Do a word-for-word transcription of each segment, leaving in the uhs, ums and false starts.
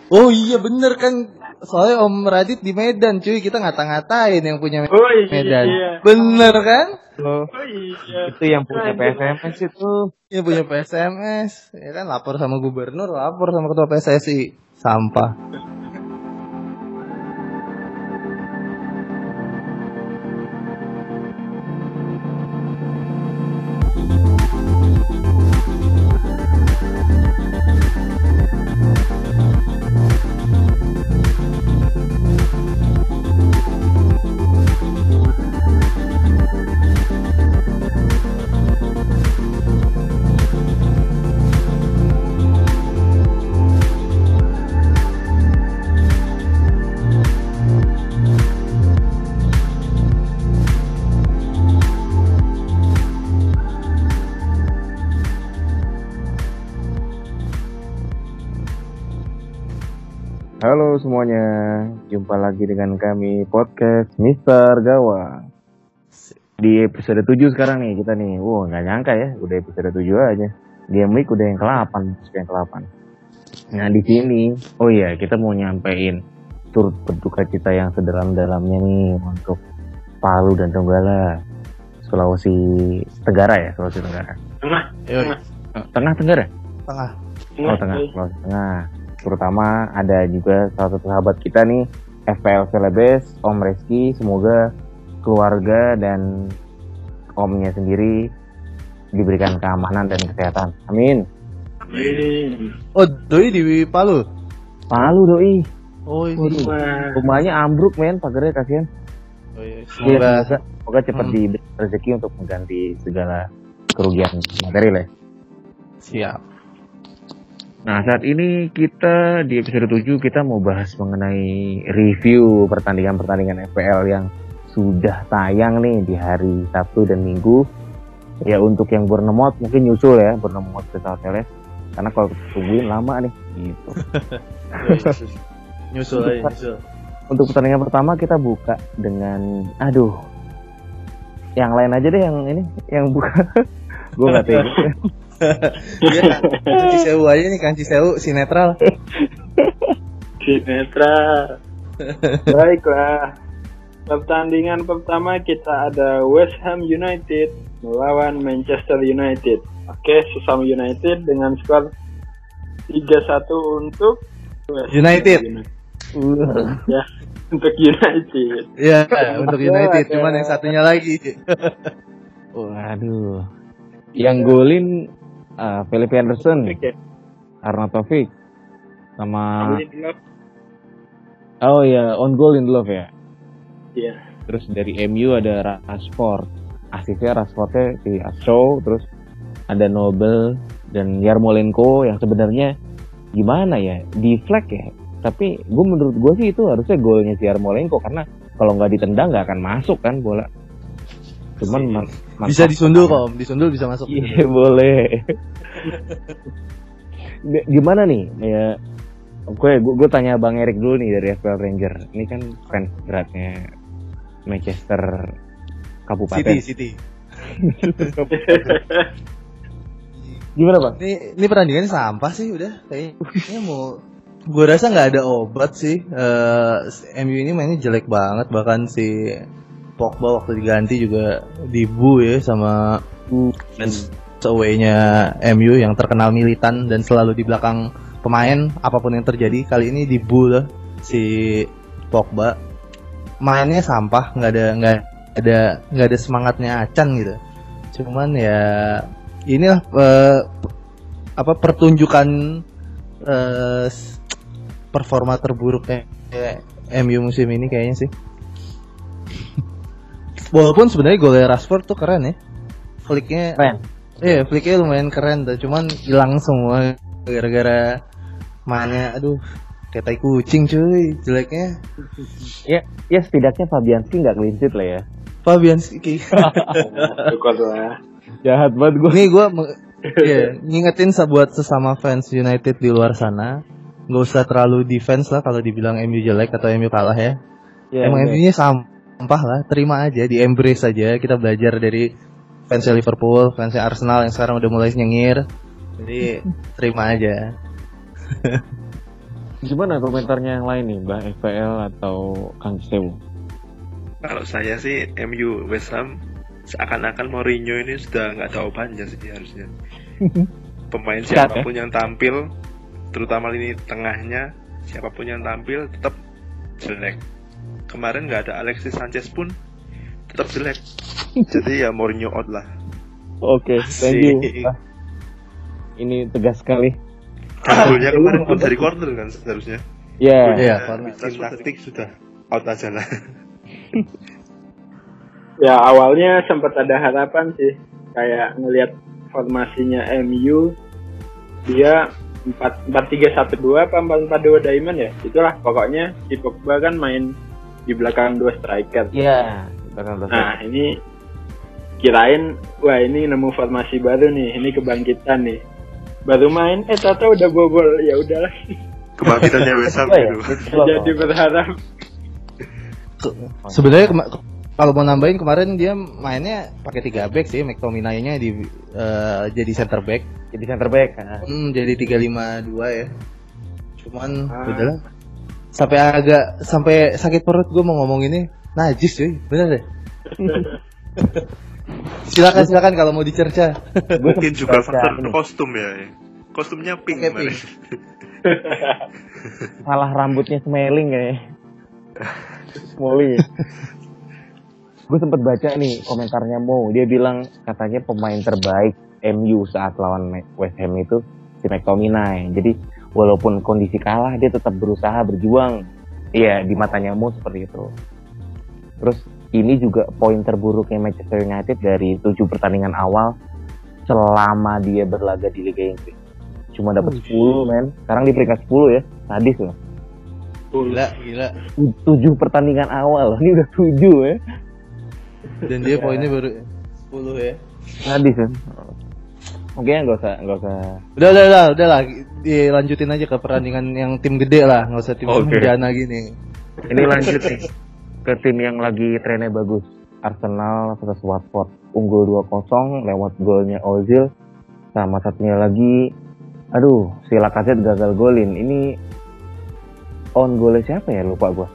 Oh iya bener kan. Soalnya Om Radit di Medan cuy. Kita ngata-ngatain yang punya Oh, iya, Medan. iya. Bener kan? Oh iya. Itu yang punya P S M S itu. Yang punya P S M S. Ya kan lapor sama gubernur, lapor sama ketua P S S I. Sampah. Halo semuanya, jumpa lagi dengan kami podcast Mister Gawang. Di episode tujuh sekarang nih kita nih. Wow, gak nyangka ya, udah episode tujuh aja. Game week udah yang ke delapan, yang ke delapan. Nah di sini, oh iya kita mau nyampein turut berduka cita yang sedalam-dalamnya nih untuk Palu dan Donggala, Sulawesi Tenggara ya, Sulawesi Tenggara. Tengah. Tengah. Tengah Tenggara? Tengah. Oh tengah, Sulawesi Tengah. Terutama ada juga salah satu sahabat kita nih, F P L Celebes, Om Reski. Semoga keluarga dan omnya sendiri diberikan keamanan dan kesehatan. Amin. Amin. Oh, doi di Palu. Palu doi. Oh iya. Waduh. Rumahnya ambruk men, pagarnya kasihan. Oh iya. Iya, Semoga semoga, semoga cepat Hmm. diberi rezeki untuk mengganti segala kerugian material ya. siap. Nah saat ini kita di episode tujuh kita mau bahas mengenai review pertandingan-pertandingan F P L yang sudah tayang nih di hari Sabtu dan Minggu. Ya untuk yang bernemot mungkin nyusul ya, bernemot ke Celebes. Karena kalau tungguin lama nih gitu. Nyusul aja, nyusul. Untuk pertandingan pertama kita buka dengan aduh. Yang lain aja deh yang ini, yang buka. Gue gak tega. Iya, Kanci Sewu aja nih, Kanci Sewu sinetral. Sinetral. Baiklah. Pertandingan pertama kita ada West Ham United melawan Manchester United. Oke, sesama United dengan skor tiga satu untuk West Ham United. Ya, untuk United. Iya, untuk United. Cuman yang satunya lagi. Waduh. Yang golin uh, Philip Anderson, Oke. Arnaud Taufik, sama Lindelof. oh ya on goal in love ya. Iya. Terus dari M U ada Rashford, asisnya Rashfordnya si Asso, terus ada Nobel dan Yarmolenko yang sebenarnya gimana ya di flag ya. Tapi gue menurut gue sih itu harusnya golnya si Yarmolenko karena kalau nggak ditendang nggak akan masuk kan bola. Cuman man- Bisa disundul kok, Om. Disundul bisa masuk. Iya boleh. G- Gimana nih ya? Gue gue tanya Bang Erik dulu nih dari F P L Ranger. Ini kan fans beratnya Manchester Kabupaten. City, City. Gimana Bang? Ini ini pertandingannya sampah sih udah. Kayaknya mau gue rasa nggak ada obat sih. Eh, M U ini mainnya jelek banget, bahkan si Pogba waktu diganti juga dibu ya sama fans away-nya M U yang terkenal militan dan selalu di belakang pemain apapun yang terjadi. Kali ini dibu lah si Pogba. Mainnya sampah, nggak ada nggak ada nggak ada semangatnya acan gitu. Cuman ya inilah eh, apa pertunjukan eh, performa terburuknya M U musim ini kayaknya sih. Walaupun sebenarnya golnya Rashford tuh keren ya. Flicknya Keren. iya, flicknya lumayan keren tuh. Cuman hilang semua gara-gara mainnya aduh kayak tai kucing cuy, jeleknya. Ya, ya setidaknya Fabianski nggak clean sheet lah ya. Fabianski. Syukur lah. Jahat banget gue. Nih gue yeah, ngingetin buat sesama fans United di luar sana, nggak usah terlalu defense lah kalau dibilang M U jelek atau M U kalah ya. Ya, Emang bener. M U-nya sampah lah, terima aja, di embrace aja. Kita belajar dari fansnya Liverpool, fansnya Arsenal yang sekarang udah mulai nyengir. Jadi terima aja. Gimana komentarnya yang lain nih, Mbak F P L atau Kang Sewu? Kalau saya sih M U West Ham seakan-akan Mourinho ini sudah nggak ada obatnya sih harusnya. Pemain siapapun yang tampil, terutama lini tengahnya, siapapun yang tampil tetap jelek. Kemarin nggak ada Alexis Sanchez pun tetap jelek. Jadi ya Mourinho out lah. Oke, okay, thank you. Ah, ini tegas sekali. Golnya kemarin pun dari corner kan seharusnya. Iya. Iya, Gimnastik sudah out aja lah. Ya awalnya sempat ada harapan sih, kayak ngelihat formasinya M U, dia empat empat tiga satu dua apa empat empat dua diamond ya, itulah pokoknya si Pogba kan main di belakang dua striker. Iya. Yeah, nah ini kirain wah ini nemu formasi baru nih, ini kebangkitan nih, baru main eh tahu udah bobol, ya udahlah. Kebangkitannya West Ham gitu. Jadi berharap. Sebenarnya kema- kalau mau nambahin kemarin dia mainnya pakai tiga back sih, McTominay-nya di uh, jadi center back. Jadi center back. Nah. Hmm, jadi tiga lima dua ya. Cuman ah. udahlah. Sampai agak sampai sakit perut gue mau ngomong ini. Najis cuy, bener deh. silakan silakan kalau mau dicerca. Mungkin juga faktor kostum ya. Kostumnya pink kemarin. Salah rambutnya Smelling kayaknya. Smalling. Gue sempet baca nih komentarnya Mo, dia bilang katanya pemain terbaik M U saat lawan West Ham itu si McTominay. Jadi walaupun kondisi kalah dia tetap berusaha berjuang. Iya, di matanya Mo seperti itu. Terus ini juga poin terburuknya Manchester United dari tujuh pertandingan awal selama dia berlaga di Liga Inggris. Cuma dapat sepuluh men. Sekarang di peringkat sepuluh ya. Sadis loh. Gila, gila. tujuh pertandingan awal, ini udah tujuh ya. Dan dia poinnya baru sepuluh ya. Sadis kan. Oke, enggak usah, enggak usah. Udah, udah, udah, udah lah. Dilanjutin aja ke pertandingan yang tim gede lah, enggak usah tim bejana gini. Ini lanjut nih ke tim yang lagi trennya bagus. Arsenal versus Watford. Unggul dua kosong lewat golnya Ozil. Sama satunya lagi, aduh, si Lacazette gagal golin. Ini on golnya siapa ya, lupa gue.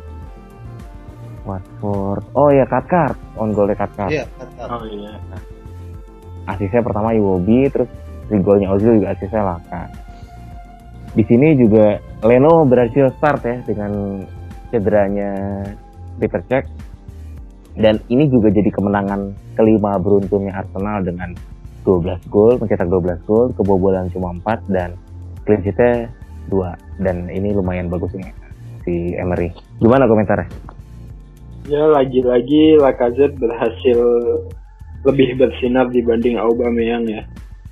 Watford. Oh ya, Cathcart. On golnya Cathcart. Iya, Cathcart. Oh iya. Asisnya pertama Iwobi, terus di golnya Ozil juga asisnya Laka. Di sini juga Leno berhasil start ya dengan cederanya Peter Cech. Dan ini juga jadi kemenangan kelima beruntunnya Arsenal dengan dua belas gol, mencetak dua belas gol, kebobolan cuma empat dan clean sheet-nya dua. Dan ini lumayan bagus nih si Emery. Gimana komentarnya? Ya lagi-lagi Lacazette berhasil lebih bersinar dibanding Aubameyang ya.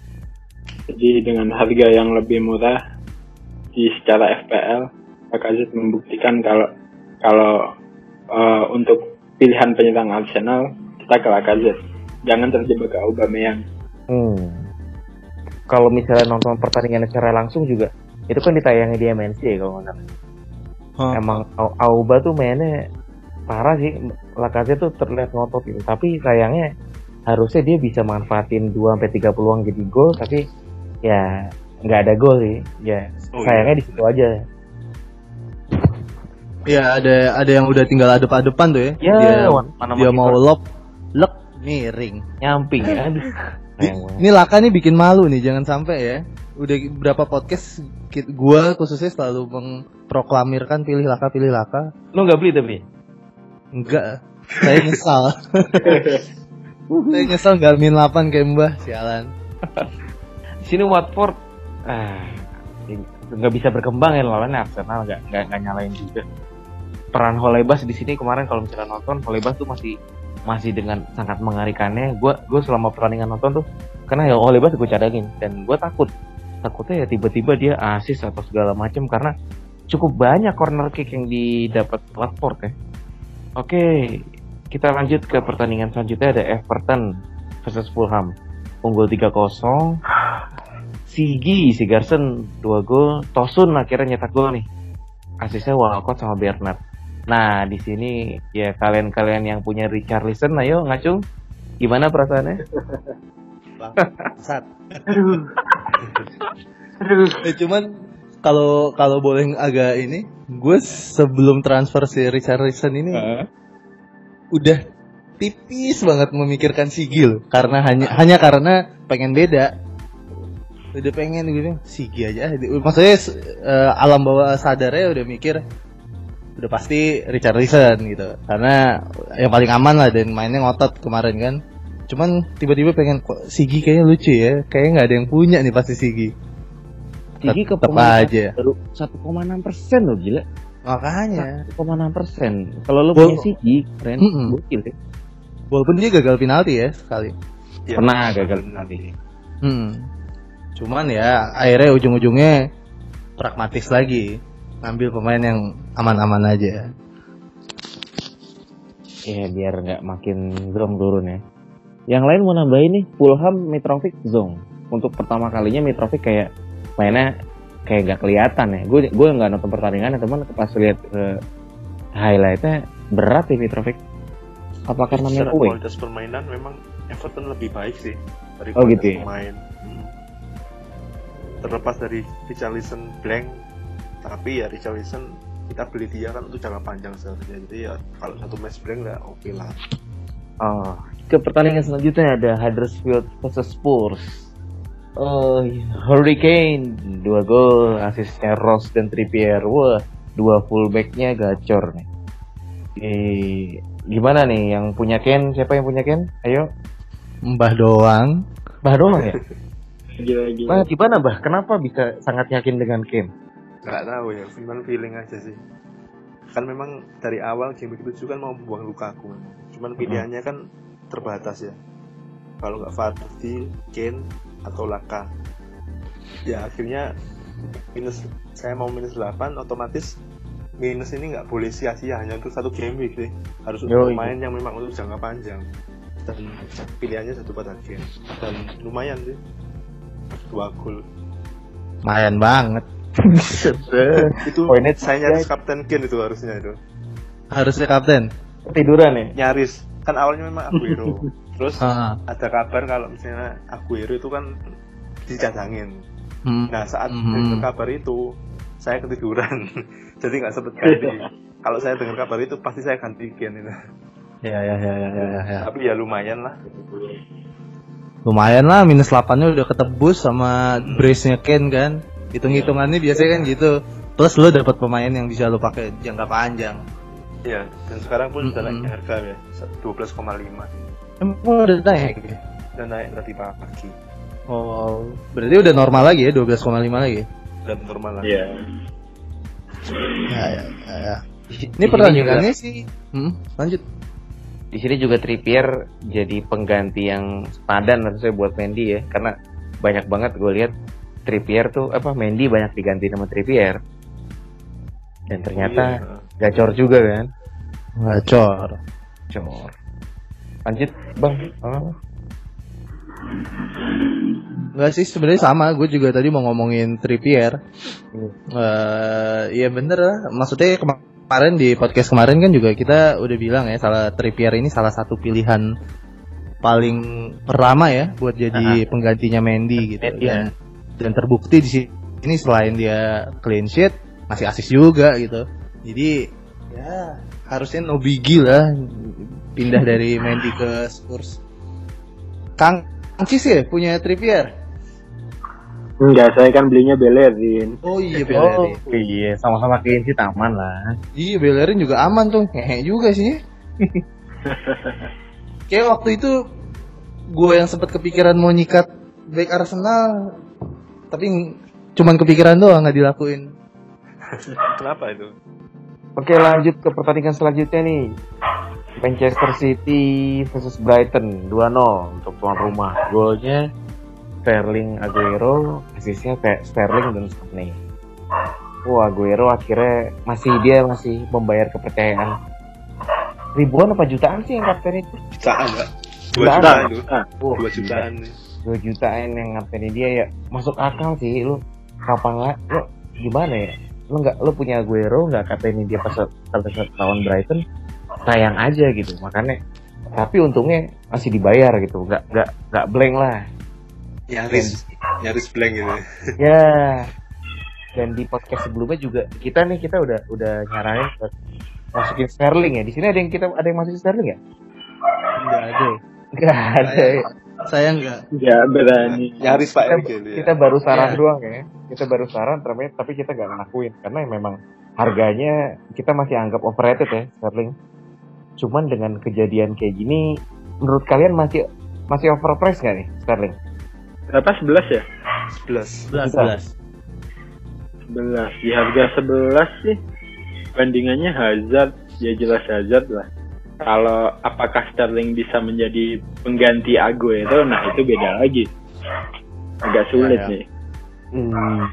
Jadi dengan harga yang lebih murah di secara F P L, Lacazette membuktikan kalau kalau uh, untuk pilihan penyerang Arsenal kita ke Lacazette. Jangan terjebak ke Aubameyang. Hmm. Kalau misalnya nonton pertandingan secara langsung juga, itu kan ditayangin di M N C kalau nggak salah. Hmm. Emang Auba tuh mainnya parah sih. Lacazette tuh terlihat ngotot gitu. Tapi sayangnya harusnya dia bisa manfaatin dua sampai tiga peluang jadi gol, tapi ya nggak ada gol sih. Ya oh, sayangnya iya. Di situ aja. Ya ada ada yang udah tinggal adep-adepan tuh ya. Ya dia mana dia mau lob, lek miring, nyamping ya. Aduh. Ini Laka nih bikin malu nih, jangan sampai ya. Udah berapa podcast gua khususnya selalu memproklamirkan pilih Laka, pilih Laka. Lu nggak beli tapi? Enggak, saya nyesal. Saya nyesal nggak min delapan kayak Mbah, sialan. Di sini Watford ah nggak bisa berkembang ya lawannya Arsenal, nggak nggak nggak nyalain juga. Peran Holebas di sini kemarin kalau misalnya nonton, Holebas tuh masih masih dengan sangat mengerikannya. Gue gue selama pertandingan nonton tuh, karena ya Holebas gue cadangin dan gue takut takutnya ya tiba-tiba dia assist atau segala macam karena cukup banyak corner kick yang didapat Watford ya. Oke, kita lanjut ke pertandingan selanjutnya, ada Everton versus Fulham. Unggul tiga kosong. Sigi, Sigarsen dua gol, Tosun akhirnya nyetak gol nih. Asisnya Walcott sama Bernard. Nah, di sini ya kalian-kalian yang punya Richarlison, ayo ngacung. Gimana perasaannya? Bangsat. Aduh. Aduh. Eh, cuman kalau kalau boleh agak ini, gue sebelum transfer si Richarlison ini uh. udah tipis banget memikirkan Sigi loh, karena hanya hanya karena pengen beda. Udah pengen gitu Sigi aja. Maksudnya uh, alam bawah sadarnya udah mikir udah pasti Richarlison gitu. Karena yang paling aman lah dan mainnya ngotot kemarin kan. Cuman tiba-tiba pengen kok Sigi kayaknya lucu ya. Kayaknya enggak ada yang punya nih pasti Sigi. Sigi ke aja. Baru satu koma enam persen loh gila. Makanya satu koma enam persen. Kalau lo punya Sigi, keren gokil deh. Walaupun dia gagal penalti ya sekali. Ya, pernah gagal penalti. Hmm. Cuman ya akhirnya ujung-ujungnya pragmatis lagi, ngambil pemain yang aman-aman aja. Ya biar nggak makin zong turun ya. Yang lain mau nambahin nih, Fulham Mitrovic zong. Untuk pertama kalinya Mitrovic kayak mainnya kayak nggak kelihatan ya. Gue gue nggak nonton pertandingan ya teman, pas lihat uh, highlightnya berat ya Mitrovic. Apa karena main away? Kualitas permainan memang Everton lebih baik sih dari oh, gitu ya? pemain. Hmm. Terlepas dari Richarlison blank, tapi ya Richarlison kita beli dia kan untuk jangka panjang seharusnya. Jadi ya kalau satu match blank lah oke okay lah. Oh, ke pertandingan selanjutnya ada Huddersfield versus Spurs. Oh, Harry Kane dua gol, asisnya Ross dan Trippier. Wah, dua fullbacknya gacor nih. Eh, gimana nih yang punya Kane? Siapa yang punya Kane? Ayo. Mbah doang. Mbah doang ya? Gila-gila. Nah, gimana Mbah? Kenapa bisa sangat yakin dengan Kane? Gak tahu ya, cuman feeling aja sih. Kan memang dari awal game itu kan mau buang Lukaku. Cuman pilihannya kan terbatas ya. Kalau nggak Vardy, Kane atau Laka. Ya akhirnya minus, saya mau minus delapan, otomatis minus ini nggak boleh sia-sia hanya untuk satu game week sih. Harus untuk pemain yang memang untuk jangka panjang. Dan pilihannya satu pada Kane. Dan lumayan sih. Dua gol. Lumayan banget. Itu poinnya saya nyaris kapten Kane itu harusnya itu. Harusnya kapten. Tiduran ya? Nyaris. Kan awalnya memang Aguero. Terus uh. ada kabar kalau misalnya Aguero itu kan dicadangin. Hmm. Nah saat hmm. dengar kabar itu saya ketiduran. Jadi nggak sempet ganti. Kalau saya dengar kabar itu pasti saya ganti Kane itu. Ya ya ya ya ya. ya. Tapi ya lumayan lah. Lumayan lah, minus delapan-nya udah ketebus sama brace-nya Kane kan. Hitung-hitungannya biasanya kan gitu. Plus lo dapat pemain yang bisa lo pakai jangka panjang. Iya, dan sekarang pun mm-hmm. sudah naik harga ya, dua belas koma lima. Emang udah naik? Udah naik tadi pagi. Oh, berarti udah normal lagi ya, dua belas koma lima lagi? Udah normal lagi. Iya. Ya, ya, ya, ya. Ini pertandingannya sih. Hmm, lanjut. Di sini juga Trippier jadi pengganti yang sepadan harusnya buat Mendy ya, karena banyak banget gue lihat Trippier tuh apa Mendy banyak diganti sama Trippier. Dan ternyata oh, iya. gacor juga kan? Gacor. Gacor. Lanjut, Bang. Oh. Enggak sih, sebenarnya sama. Gue juga tadi mau ngomongin Trippier. Hmm. Uh, ya bener lah. Maksudnya kemarin di podcast kemarin kan juga kita udah bilang ya, salah Trippier ini salah satu pilihan paling pertama ya buat jadi uh-huh. penggantinya Mendy gitu. Mendy, dan, ya. dan terbukti di sini selain dia clean sheet, masih asis juga gitu. Jadi ya harusnya no biggie lah pindah dari Mendy ke Spurs. Kang Cis ya punya Trippier? Enggak, saya kan belinya Bellerin. Oh iya Bellerin. Oh iya, sama-sama clean sheet aman lah. Iya Bellerin juga aman tuh, ngehe juga sih. Kayak waktu itu gue yang sempat kepikiran mau nyikat back Arsenal, tapi cuman kepikiran doang, nggak dilakuin. Kenapa itu? Oke, lanjut ke pertandingan selanjutnya nih. Manchester City versus Brighton dua nol untuk tuan rumah. Golnya Sterling Aguero, asisnya kayak Sterling dan Sterling. Wah, Aguero akhirnya masih dia masih membayar kepercayaan. Ribuan apa jutaan sih yang kapten itu? Jutaan enggak? Dua jutaan itu. Dua jutaan. Dua jutaan yang kapten dia ya masuk akal sih. Lu kapan lah? Lu gimana ya? Lu nggak lu punya Aguero nggak kaptenin dia pas pas lawan Brighton, sayang aja gitu. Makanya tapi untungnya masih dibayar gitu, nggak nggak nggak blank lah. Nyaris nyaris blank gitu. Ya. dan di podcast sebelumnya juga kita nih kita udah udah nyaranin buat masukin Sterling ya. Di sini ada yang kita ada yang masukin Sterling ya? Enggak ada. Enggak ada. Saya, saya enggak. Ya berani. Nyaris Pak Kita, Erik gitu ya. kita baru saran Iya. doang ya. Kita baru saran tapi tapi kita nggak ngelakuin karena memang harganya kita masih anggap overrated ya Sterling. Cuman dengan kejadian kayak gini, menurut kalian masih masih overpriced nggak nih Sterling? Berapa? sebelas ya? sebelas. sebelas sebelas. sebelas. Di harga sebelas sih bandingannya Hazard, ya jelas Hazard lah. Kalau apakah Sterling bisa menjadi pengganti Aguero, nah itu beda lagi. Agak sulit Ya, ya. nih. Hmm.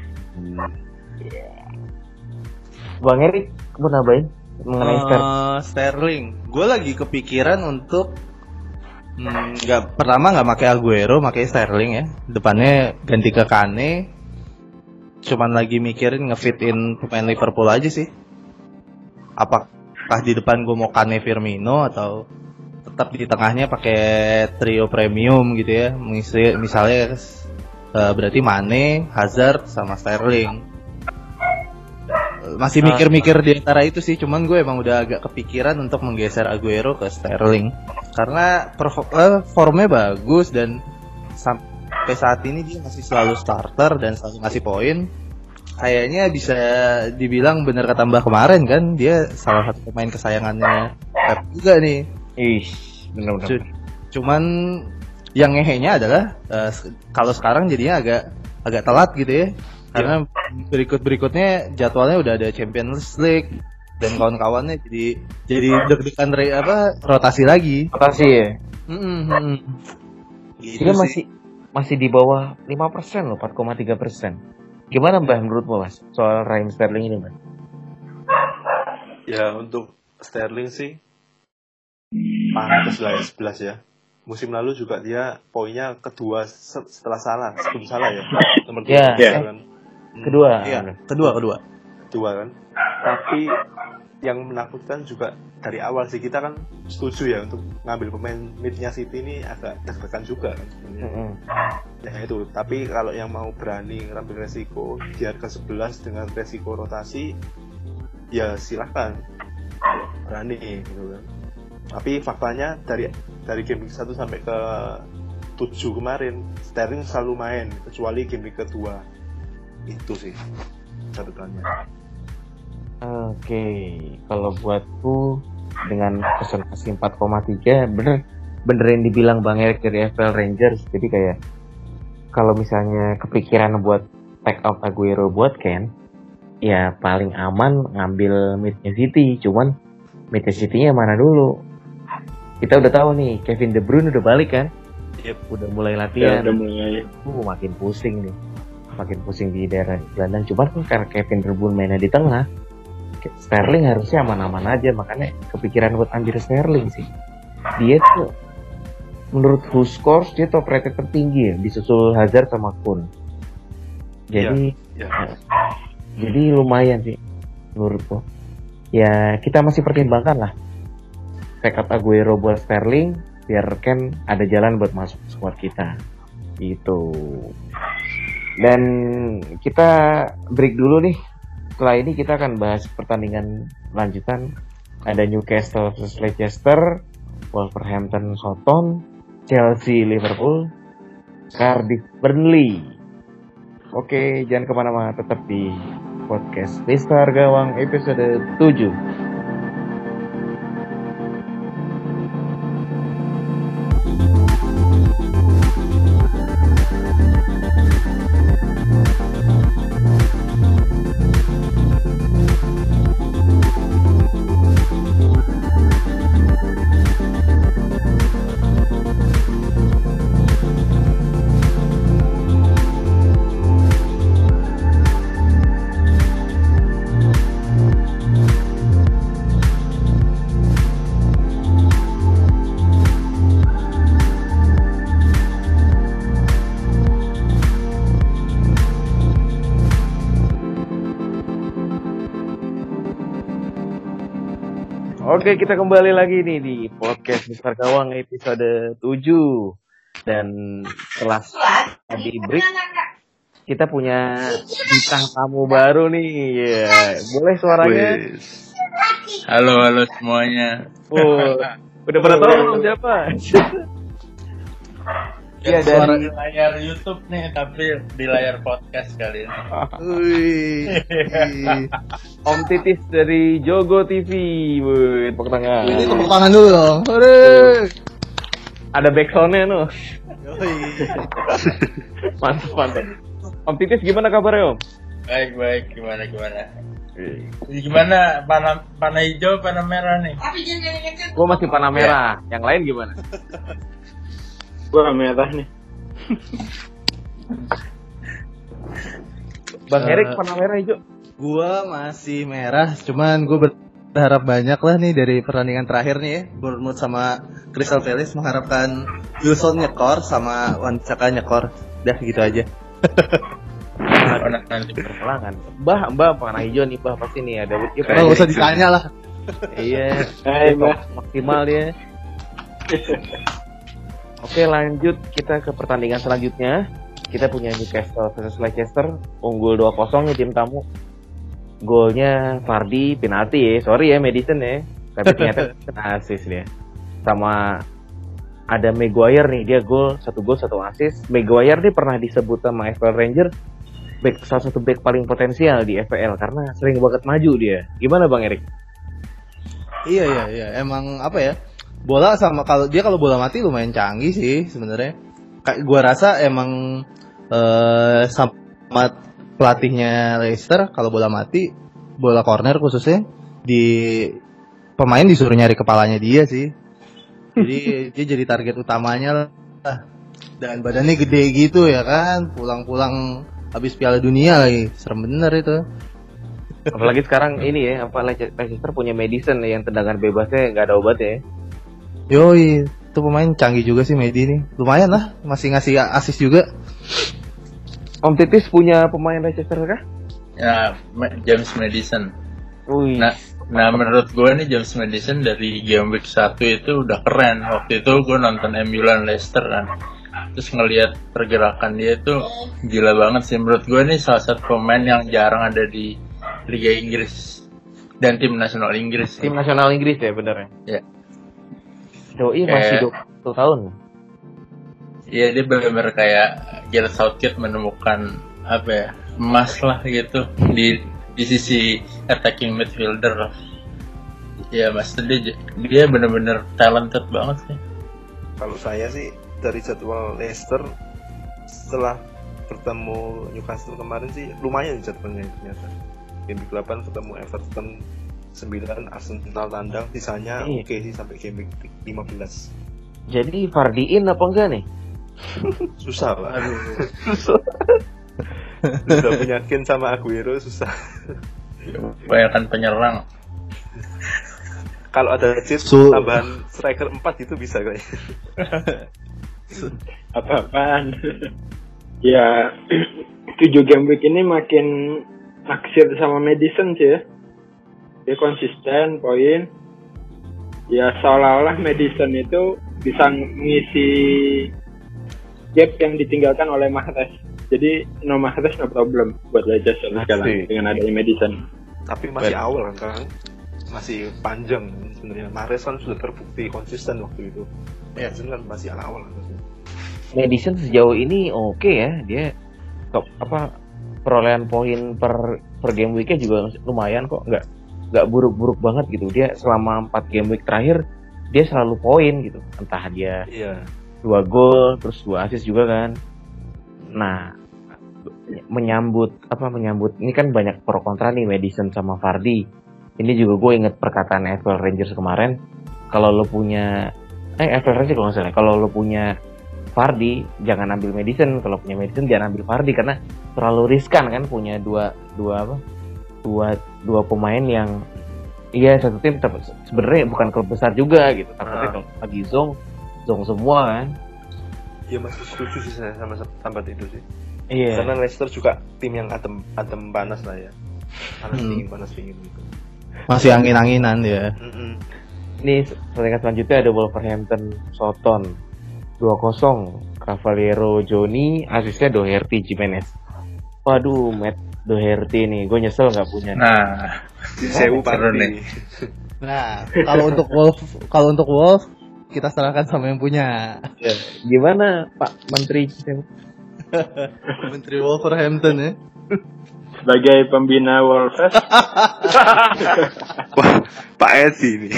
Bang Erik, mau nambahin mengenai Eh, Sterling? Sterling. Gue lagi kepikiran untuk hmm, nggak pertama nggak pakai Aguero, pakai Sterling ya. Depannya ganti ke Kane. Cuman lagi mikirin ngefitin pemain Liverpool aja sih. Apakah di depan gue mau Kane, Firmino atau tetap di tengahnya pakai trio premium gitu ya. Misi- Misalnya eh, berarti Mane, Hazard sama Sterling. Masih mikir-mikir di antara itu sih, cuman gue emang udah agak kepikiran untuk menggeser Aguero ke Sterling karena perf- eh, formnya bagus dan sampai saat ini dia masih selalu starter dan selalu ngasih poin. Kayaknya bisa dibilang bener kata Mbak kemarin kan, dia salah satu pemain kesayangannya Pep juga nih. Ih, benar-benar. Cu- Cuman yang ngehenya adalah eh, se- kalau sekarang jadinya agak agak telat gitu ya. Karena berikut-berikutnya jadwalnya udah ada Champions League dan kawan-kawannya jadi jadi deg-degan re- apa rotasi lagi. Rotasi ya. Mm-mm. Gitu Dia sih. masih masih di bawah lima persen loh, empat koma tiga persen. Gimana Mbak menurutmu Mas soal Raheem Sterling ini Mbak? Ya untuk Sterling sih pantas lah ya sebelas ya. Musim lalu juga dia poinnya kedua se- setelah salah, sebelum salah ya. Nomor dua Ya, ya. kan. Hmm, Kedua. Iya, kedua kedua. kedua kan. Tapi yang menakutkan juga dari awal sih kita kan setuju ya untuk ngambil pemain midnya City ini agak deg-degan juga kan sebenarnya. Mm-mm. Ya itu, tapi kalau yang mau berani ngambil resiko di harga sebelas dengan resiko rotasi, ya silahkan berani gitu kan. Tapi faktanya dari dari game week satu sampai ke tujuh kemarin Sterling selalu main kecuali game week kedua. Itu sih catatannya. Oke, kalau buatku dengan presentasi empat koma tiga bener bener yang dibilang Bang Erik dari F L Rangers. Jadi kayak kalau misalnya kepikiran buat take out Aguero buat Ken, ya paling aman ngambil midnya City. Cuman midnya City-nya mana dulu? Kita udah tahu nih Kevin De Bruyne udah balik kan? Yep. Udah mulai Ya, latihan. udah mulai. Uh, makin pusing nih. Makin pusing di daerah gelandang. Cuman kan karena Kevin De Bruyne mainnya di tengah, Sterling harusnya aman-aman aja. Makanya kepikiran buat ambil Sterling sih. Dia tuh menurut Who Scores dia top rated tertinggi ya, disusul Hazard sama Kun. Jadi Ya. jadi lumayan sih menurutku. Ya kita masih pertimbangkan lah backup Aguero buat Sterling biar kan ada jalan buat masuk squad kita gitu. Dan kita break dulu nih. Setelah ini kita akan bahas pertandingan lanjutan. Ada Newcastle versus Leicester, Wolverhampton Southampton, Chelsea Liverpool, Cardiff Burnley. Oke, jangan kemana-mana, tetap di podcast Mister Gawang episode tujuh. Oke, kita kembali lagi nih di podcast Mister Gawang episode tujuh. Dan setelah tadi break, kita punya bintang tamu baru nih. Yeah. Boleh suaranya? Wis. Halo, halo semuanya. Oh, udah pada tahu belum siapa? Ya, Iya, dari dari layar YouTube nih, tapi di layar podcast kali ini. Wih. Om Titis dari Jogo T V. Wih, tepuk tangan. Ini tepuk tangan dulu dong. Hore. Ada backsoundnya tuh. Yoi. Mantap, mantap. Om Titis gimana kabarnya, Om? Baik, baik. Gimana, gimana? Gimana? Panah, panah hijau, panah merah nih? Gua masih panah merah. Yang lain gimana? Gua merah nih. Bang Uh, Erik panah merah hijau. Gua masih merah, cuman gue berharap banyak lah nih dari pertandingan terakhir nih ya. Bournemouth sama Crystal Palace, mengharapkan Wilson nyekor sama Wan-Bissaka nyekor. Dah gitu aja. Panah nanti. Perkelangan. Mbah, Mbah panah hijau nih, Mbah pasti nih ada. Ya, Nggak usah ditanya lah. Iya. Hai, Mbah. Maksimal dia. Oke, lanjut kita ke pertandingan selanjutnya. Kita punya Newcastle versus Leicester, unggul dua kosong nih tim tamu. Golnya Vardy penalti ya. Sorry ya Madison ya. Tapi ternyata assist dia. Sama ada Maguire nih, dia gol, satu gol, satu assist. Maguire nih pernah disebut sama F P L Ranger back, salah satu back paling potensial di F P L karena sering banget maju dia. Gimana Bang Erik? Iya iya iya, emang apa ya? Bola sama kalau dia kalau bola mati lumayan canggih sih sebenarnya. Kayak gua rasa emang eh sama pelatihnya Leicester kalau bola mati, bola corner khususnya di pemain disuruh nyari kepalanya dia sih. Jadi dia jadi target utamanya lah. Dan badannya gede gitu ya kan, pulang-pulang habis Piala Dunia lagi. Serem bener itu. Apalagi sekarang ini ya, apa Leicester punya Madison yang tendangan bebasnya nggak ada obat ya. Yoi, itu pemain canggih juga sih Medi nih. Lumayan lah, masih ngasih assist juga. Om Titis punya pemain Leicester kah? Ya, James Madison. Wih. Nah, nah menurut gue nih James Madison dari game week satu itu udah keren. Waktu itu gue nonton M U lawan Leicester kan. Terus ngelihat pergerakan dia tuh gila banget sih. Menurut gue nih salah satu pemain yang jarang ada di Liga Inggris dan tim nasional Inggris. Tim nasional Inggris ya bener ya. Doi Kayak- masih dua puluh tahun. Iya, dia benar-benar kayak Gareth Southgate menemukan apa ya, emas lah gitu di di sisi attacking midfielder. Ya mas, dia dia benar-benar talented banget sih. Kalau saya sih dari jadwal Leicester setelah bertemu Newcastle kemarin sih lumayan jadwalnya ternyata. Game week delapan ketemu Everton, sembilan Arsenal tandang, sisanya Iya. oke sih sampai game week lima belas. Jadi Vardy-in apa enggak nih? Susah lah. Sudah punya Kane sama Aguero susah. Kebanyakan penyerang. Kalau ada chip Su- tambahan striker empat itu bisa kayaknya. Apa-apaan? Ya, tujuh game week ini makin naksir sama Madison sih ya. Dia konsisten, poin. Ya seolah-olah Madison itu bisa mengisi gap yang ditinggalkan oleh Mahrez. Jadi no Mahrez no problem buat Leicester sekarang dengan adanya Madison. Tapi masih Ben. awal kan, masih panjang sebenarnya. Mahrez kan sudah terbukti konsisten waktu itu. Ya, kan masih awal-awal. Madison sejauh ini oke ya, dia top apa perolehan poin per per game weeknya juga lumayan kok, nggak nggak buruk-buruk banget gitu. Dia selama empat game week terakhir dia selalu poin gitu, entah dia Iya. dua gol terus dua assist juga kan. Nah, menyambut apa menyambut ini kan banyak pro kontra nih Madison sama Vardy. Ini juga gue inget perkataan F L Rangers kemarin, kalau lo punya eh F L Rangers kalau nggak salah, kalau lo punya Vardy jangan ambil Madison, kalau punya Madison jangan ambil Vardy karena terlalu riskan kan punya dua dua apa dua dua pemain yang iya satu tim tetap sebenarnya bukan klub besar juga gitu, tapi kalau lagi zong zong semua kan. Iya, masih setuju sih saya sama tambat itu sih. Iya. Karena Leicester juga tim yang adem adem panas lah ya. Panas Hmm. dingin, panas dingin gitu. Masih angin-anginan dia. Mm-mm. Ini pertandingan selanjutnya ada Wolverhampton Southampton dua kosong. Cavaliero Johnny, asisnya Doherty Jimenez. Waduh, Matt Doherty nih, gue nyesel nggak punya. Nah, Sewu seru nih. Party. Nah, kalau untuk Wolf, kalau untuk Wolf kita serahkan sama yang punya. Ya, gimana Pak Menteri? Menteri Wolverhampton ya. Sebagai pembina Wolves, Wah, Pak Edi nih.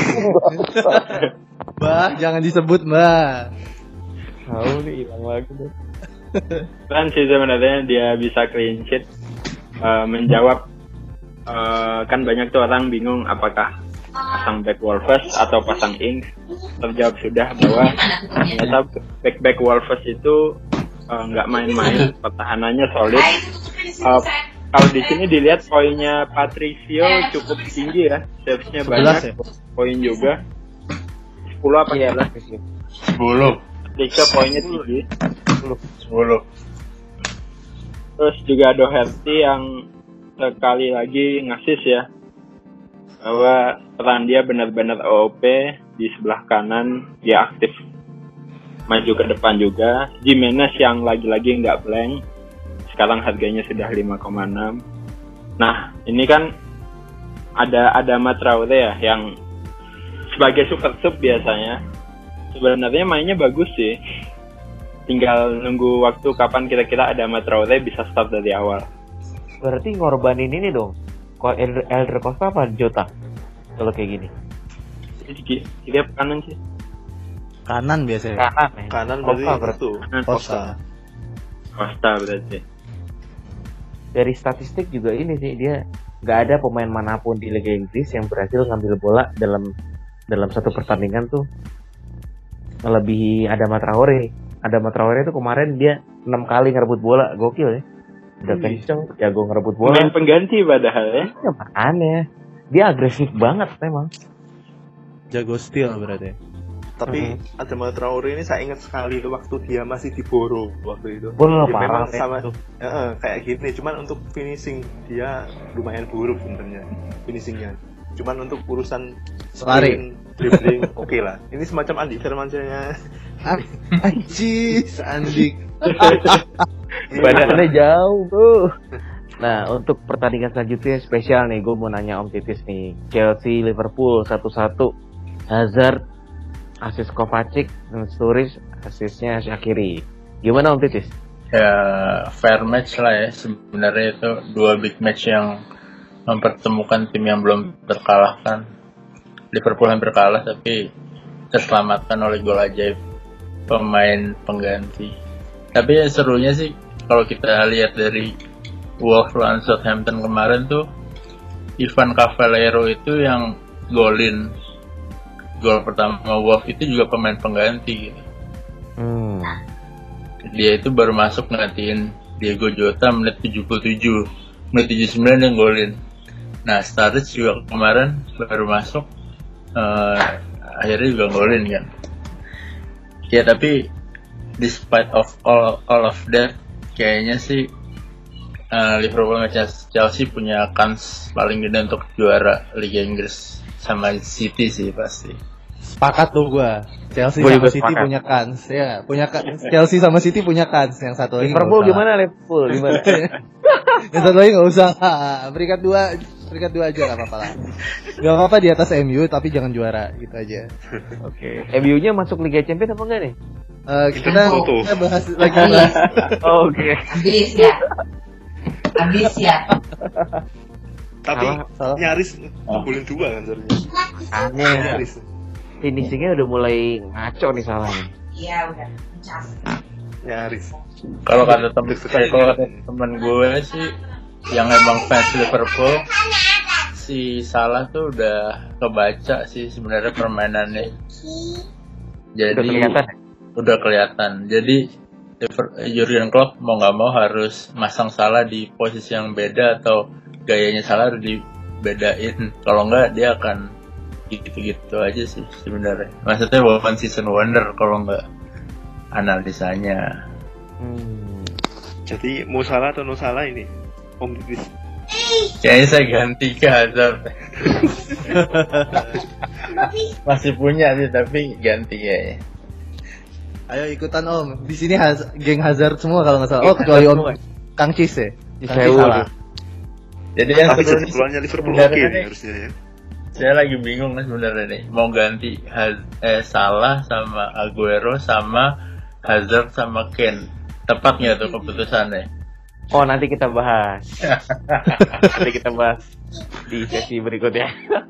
Bah, jangan disebut, Mbak. Tahu nih hilang lagi tuh. kan sih sebenarnya dia bisa clean sheet, uh, menjawab. Uh, kan banyak tuh orang bingung apakah pasang back Wolves atau pasang Ings. Terjawab sudah bahwa ternyata back back Wolves itu nggak uh, main-main, pertahanannya solid. Uh, kalau di sini dilihat poinnya Patricio cukup tinggi ya, savesnya banyak, ya? Poin juga sepuluh apa Iya, sebelas? sepuluh. Patricio poinnya tinggi. sepuluh. Terus juga Doherty yang sekali lagi ngasih ya, bahwa peran dia benar-benar O P di sebelah kanan, dia aktif maju ke depan juga. Jimenez yang lagi-lagi nggak blank, sekarang harganya sudah lima koma enam. Nah ini kan ada ada Traoré ya yang sebagai super sub biasanya. Sebenarnya mainnya bagus sih, tinggal nunggu waktu kapan kira-kira ada Traoré bisa start dari awal. Berarti ngorbanin ini dong. Kok Elder, Elder Costa apa Jota? Kalau kayak gini. Jadi dia kanan sih. Kanan biasanya. Kanan ya. Kanan Costa berarti berarti. itu. Costa. Costa berarti. Dari statistik juga ini sih, dia nggak ada pemain manapun di Liga Inggris yang berhasil ngambil bola dalam dalam satu pertandingan tuh melebihi Adama Traoré. Adama Traoré itu kemarin dia enam kali ngerebut bola, gokil ya. Udah Hmm. kenceng, jago ngerebut bola. Pemain pengganti padahal ya. Ya makanya dia agresif banget memang. Jago steal berarti. Tapi Adama Traoré ini saya ingat sekali itu waktu dia masih di Boro waktu itu. Wah, Ya, parah memang sama itu. ya, eh, kayak gini, cuman untuk finishing dia lumayan buruk sebenarnya finishingnya. Cuman untuk urusan Lari. dribbling oke lah. Ini semacam Andi Firmansyahnya. Anjis, Andik. Badannya jauh tuh. Nah, untuk pertandingan selanjutnya spesial nih, gue mau nanya Om Titis nih. Chelsea Liverpool satu satu. Hazard asis Kovacic, dan Sturridge asisnya Shaqiri. Gimana Om Titis? Ya fair match lah ya, sebenarnya itu dua big match yang mempertemukan tim yang belum terkalahkan. Liverpool hampir kalah tapi terselamatkan oleh gol ajaib pemain pengganti. Tapi ya serunya sih kalau kita lihat dari Wolves lawan Southampton kemarin tuh, Ivan Cavaleiro itu yang golin gol pertama Wolves itu juga pemain pengganti gitu. Hmm. Dia itu baru masuk nggantiin Diego Jota menit tujuh puluh tujuh, menit tujuh puluh sembilan yang golin. Nah Sturridge juga kemarin baru masuk, uh, akhirnya juga golin kan. Ya tapi despite of all all of that, kayaknya sih uh, Liverpool sama Chelsea punya kans paling gede untuk juara Liga Inggris sama City sih pasti. Sepakat tuh gua. Chelsea Gua sama juga City sepakat. punya kans. Ya, punya kans. Chelsea sama City punya kans. Yang satu lagi Liverpool nggak usah. gimana Liverpool? Gimana? Yang satu lagi nggak usah. Peringkat dua, peringkat dua aja nggak apa-apa lah. Nggak apa-apa di atas M U tapi jangan juara gitu aja. Oke. M U-nya masuk Liga Champions apa enggak nih? Eh, kita, Foto. kita bahas lagi bahas. Oke. Habis ya. Habis ya. Tapi Salah, salah. nyaris ngegolin dua kan sebenarnya. Aneh. Nyaris. Finishingnya udah mulai ngaco nih salahnya. Iya udah. Mencas. Nyaris. Kalau kata temen saya, kalau kata temen gue sih yang emang fans Liverpool, si Salah tuh udah kebaca sih sebenarnya permainannya. Jadi Udah kelihatan ya? udah kelihatan. Jadi Liver- Jurgen Klopp mau nggak mau harus masang Salah di posisi yang beda atau gayanya Salah harus dibedain. Kalau nggak dia akan gitu-gitu aja sih sebenarnya. Maksudnya one season wonder kalau nggak analisanya. Hmm. Jadi mau salah atau no salah ini Om Didis. Kayaknya saya ganti ke Hazard. Masih punya sih tapi ganti kayaknya. Ayo ikutan Om. Di sini Haz- geng Hazard semua kalau nggak salah. Oh kecuali Om Kang Cis ya. Nanti kalah. Jadi yang Tapi seru jadi nih peluangnya Liverpool sebenarnya oke nih, nih harusnya ya. saya lagi bingung nih sebenarnya nih, mau ganti Haz- eh, Salah sama Aguero sama Hazard sama Kane. Tepat nggak tuh keputusannya? Oh, nanti kita bahas. Nanti kita bahas di sesi berikutnya.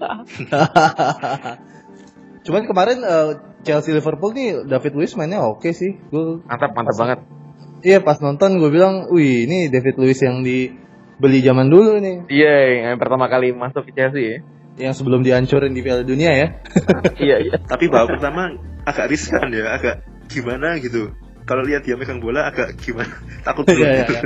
Cuman kemarin uh, Chelsea Liverpool nih David Luiz mainnya oke sih. Gue Mantap, mantap banget. iya pas nonton gue bilang, wih ini David Luiz yang dibeli zaman dulu nih, Iya, yang pertama kali masuk ke Chelsea ya. yang sebelum dihancurin di Piala Dunia ya. Iya, iya. Tapi babak pertama agak riskan ya, agak gimana gitu. Kalau lihat dia megang bola agak gimana, takut dulu. Iya, iya.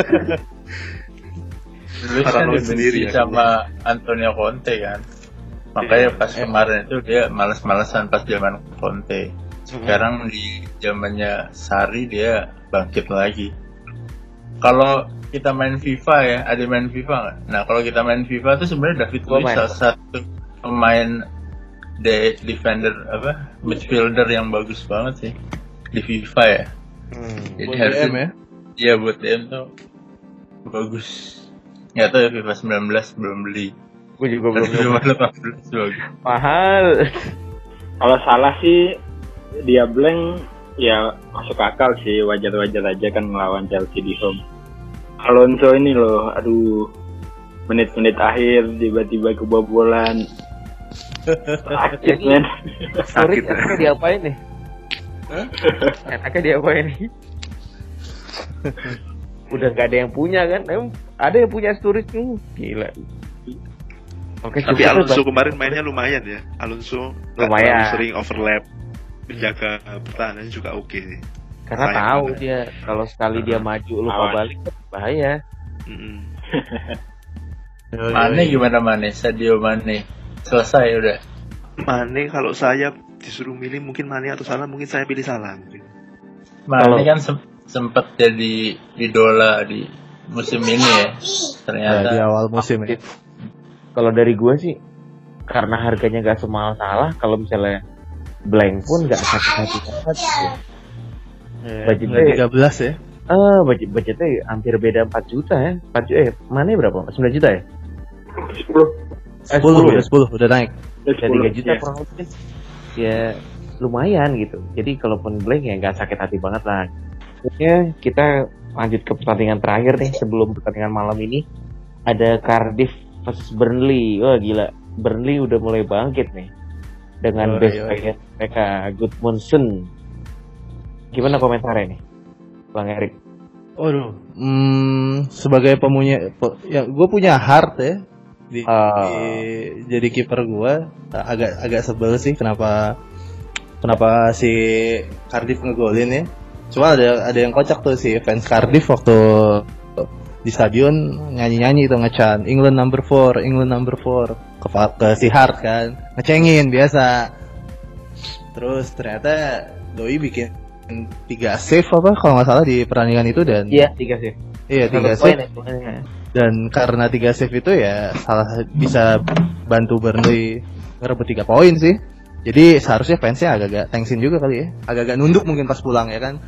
Luis kan Paranoid dibenci sendiri ya. sama Antonio Conte kan. Makanya pas kemarin itu dia malas-malasan pas zaman Conte. Sekarang di zamannya Sarri dia bangkit lagi. Kalau kita main FIFA ya, ada main FIFA nggak? Nah kalau kita main FIFA tuh sebenarnya David Gua Luiz main. salah satu pemain de- defender apa midfielder yang bagus banget sih di FIFA ya. Hmm. Jadi Buat harusnya D M ya. iya buat D M tuh bagus. Nggak tahu ya FIFA sembilan belas belum beli. Gue juga belum Tapi nyoba. FIFA delapan belas bagus. Mahal. Kalau salah sih dia blank ya masuk akal sih, wajar-wajar aja kan melawan Chelsea di home. Alonso ini loh, aduh, menit-menit akhir tiba-tiba kebobolan. Sakit men. Sorry, Sakit. enaknya diapain nih? Enaknya diapain nih? Udah gak ada yang punya kan? Emang ada yang punya storage tuh. Gila. Oke, Tapi cukup, Alonso Bang. kemarin mainnya lumayan ya. Alonso nggak Lumayan. terlalu sering overlap, menjaga pertahanan juga oke sih. Karena Sayang tahu banget. dia kalau sekali dia maju lupa Awas. balik bahaya. Mm-mm. Mane gimana Mane? Sadio Mane selesai udah. Mane kalau saya disuruh milih mungkin Mane atau Salah, mungkin saya pilih Salah mungkin. Mane Kalau- kan sem- sempat jadi idola di musim ini ya. Ternyata Ya, di awal musim ya. Kalau dari gue sih karena harganya gak semahal Salah, kalau misalnya blank pun gak sakit hati banget gitu. Budgetnya tiga belas ya. Eh, budget budgetnya hampir beda empat juta ya. empat juta eh mana berapa? sembilan juta ya? sepuluh. Eh, sepuluh ya? udah sepuluh udah naik. Ya, Ya tiga juta ya. kurang lebih. Ya lumayan gitu. Jadi kalaupun blank ya nggak sakit hati banget lah. Akhirnya kita lanjut ke pertandingan terakhir nih sebelum pertandingan malam ini. Ada Cardiff versus Burnley. Wah gila, Burnley udah mulai bangkit nih dengan Yoi, best yoi. player mereka Gudmundsson. Gimana komentarnya nih, Bang Erik? Waduh, hmm, sebagai pemunya, pe, ya gue punya heart ya di, Ah. di- jadi kiper gue agak agak sebel sih kenapa kenapa si Cardiff ngegolin ya. Cuma ada ada yang kocak tuh si fans Cardiff waktu di stadion nyanyi-nyanyi tuh ngechan England number four, England number four ke, ke si Hart kan, ngecengin biasa. Terus ternyata Doi bikin tiga save apa kalau nggak salah di pertandingan itu dan Iya, tiga sih. iya tiga Dapat poin save ya. dan karena tiga save itu ya salah bisa bantu Burnley ngerebut tiga poin sih. Jadi seharusnya fansnya agak-agak thanksin juga kali ya, agak-agak nunduk mungkin pas pulang ya kan.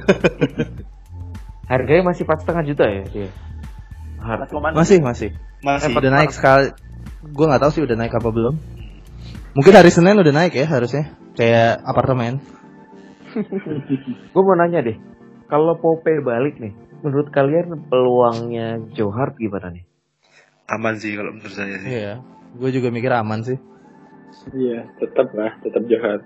Harganya masih empat setengah juta ya dia. Har- Masih masih Masih. udah naik sekali. Gue nggak tahu sih udah naik apa belum. Mungkin hari Senin udah naik ya harusnya, kayak apartemen. Gue mau nanya deh, kalau Pope balik nih, menurut kalian peluangnya Joe Hart gimana nih? Aman sih kalau menurut saya sih. Iya, gue juga mikir aman sih. Iya, tetap lah, tetap jahat.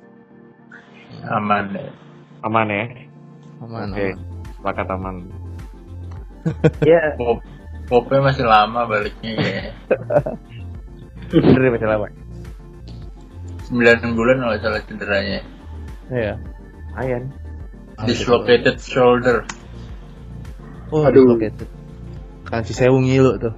aman deh. Aman ya? Aman. Oke, aman. sepakat aman. Ya, Pop- Pope masih lama baliknya ya. bener ya masih lama. sembilan bulan kalau nggak salah cederanya. Iya. Ayan. Dislocated shoulder. Oh, aduh. Kan si Sewu ngilu tuh.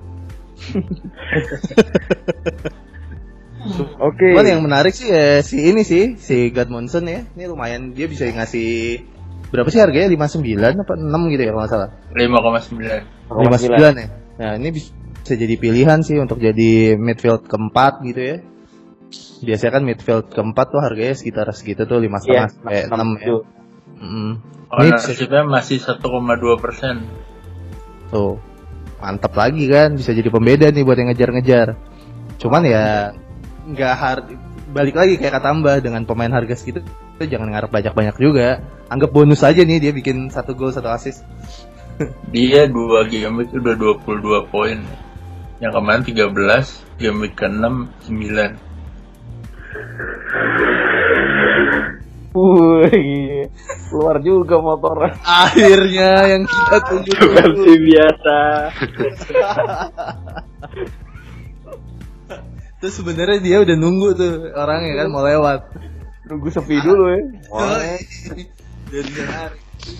Oke. Cuman yang menarik sih ya, si ini sih, si Gudmundsson ya. Ini lumayan dia bisa ngasih berapa sih harganya? lima puluh sembilan apa enam gitu ya kalau nggak salah. lima koma sembilan. lima puluh sembilan ya. Nah, ini bisa jadi pilihan sih untuk jadi midfield keempat gitu ya. Biasanya kan midfield keempat tuh harganya sekitar segitu tuh lima Iya, setengah sampai enam ya. Mm. Ini bisa- Ownership-nya masih satu koma dua persen. tuh mantap lagi kan, bisa jadi pembeda nih buat yang ngejar-ngejar. Cuman ya nggak hard, balik lagi kayak kata Mbah, dengan pemain harga segitu itu jangan ngarep banyak-banyak juga. Anggap bonus aja nih dia bikin satu gol satu assist. Dia dua game week udah dua puluh dua poin. Yang kemarin tiga belas, game week ke-enam sembilan. Wih, keluar juga motor. Akhirnya yang kita tunggu Seperti biasa. Terus sebenarnya dia udah nunggu tuh orangnya kan mau lewat. Nunggu sepi dulu ya. Dari hari.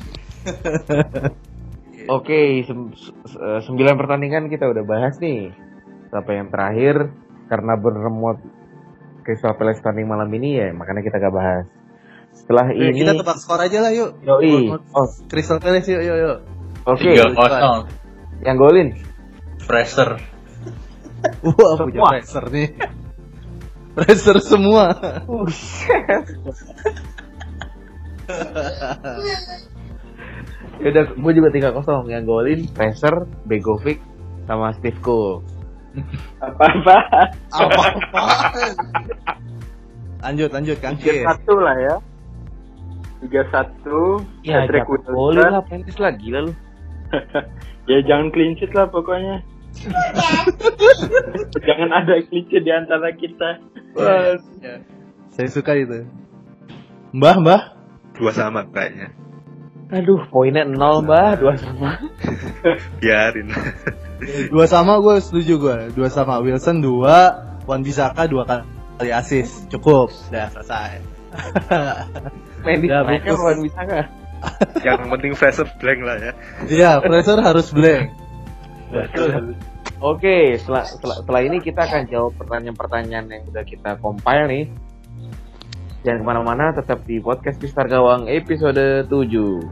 Oke, sem- se- sembilan pertandingan kita udah bahas nih. Sampai yang terakhir, karena beremot Crystal Palace tanding malam ini ya, makanya kita gak bahas. Setelah Ya, ini kita tebak skor aja lah yuk. Yoi. Oh, Crystal Palace yuk yuk yuk. oke. tiga kosong. Yang golin Fraser. Wah, punya Semua. pressure nih. Pressure semua. Ya udah, gue juga tiga kosong. Yang golin Fraser, Begovic, sama Steve Cole. Apa-apa. Apa-apa. Lanjut lanjut Kang Ki. tiga satu lah ya. tiga satu. Ya, Patrick jangan Wilson. golin lah, pentis lah, gila lu. Ya jangan clean sheet lah pokoknya. Jangan ada clean sheet di antara kita. Wah, saya suka itu. Mbah, Mbah. Dua sama kayaknya. Aduh, poinnya nol, Mbah, dua sama. Biarin. Dua sama gue setuju gue. Dua sama Wilson dua, Wan Bisaka dua kali assist. Cukup, udah selesai. Main di Ya, mereka bagus. bukan bisa nggak? Yang penting Fraser blank lah ya. Iya, pressure harus blank. Oke, setelah, setelah, setelah ini kita akan jawab pertanyaan-pertanyaan yang udah kita compile nih. Jangan kemana-mana, tetap di podcast Mister Gawang episode tujuh.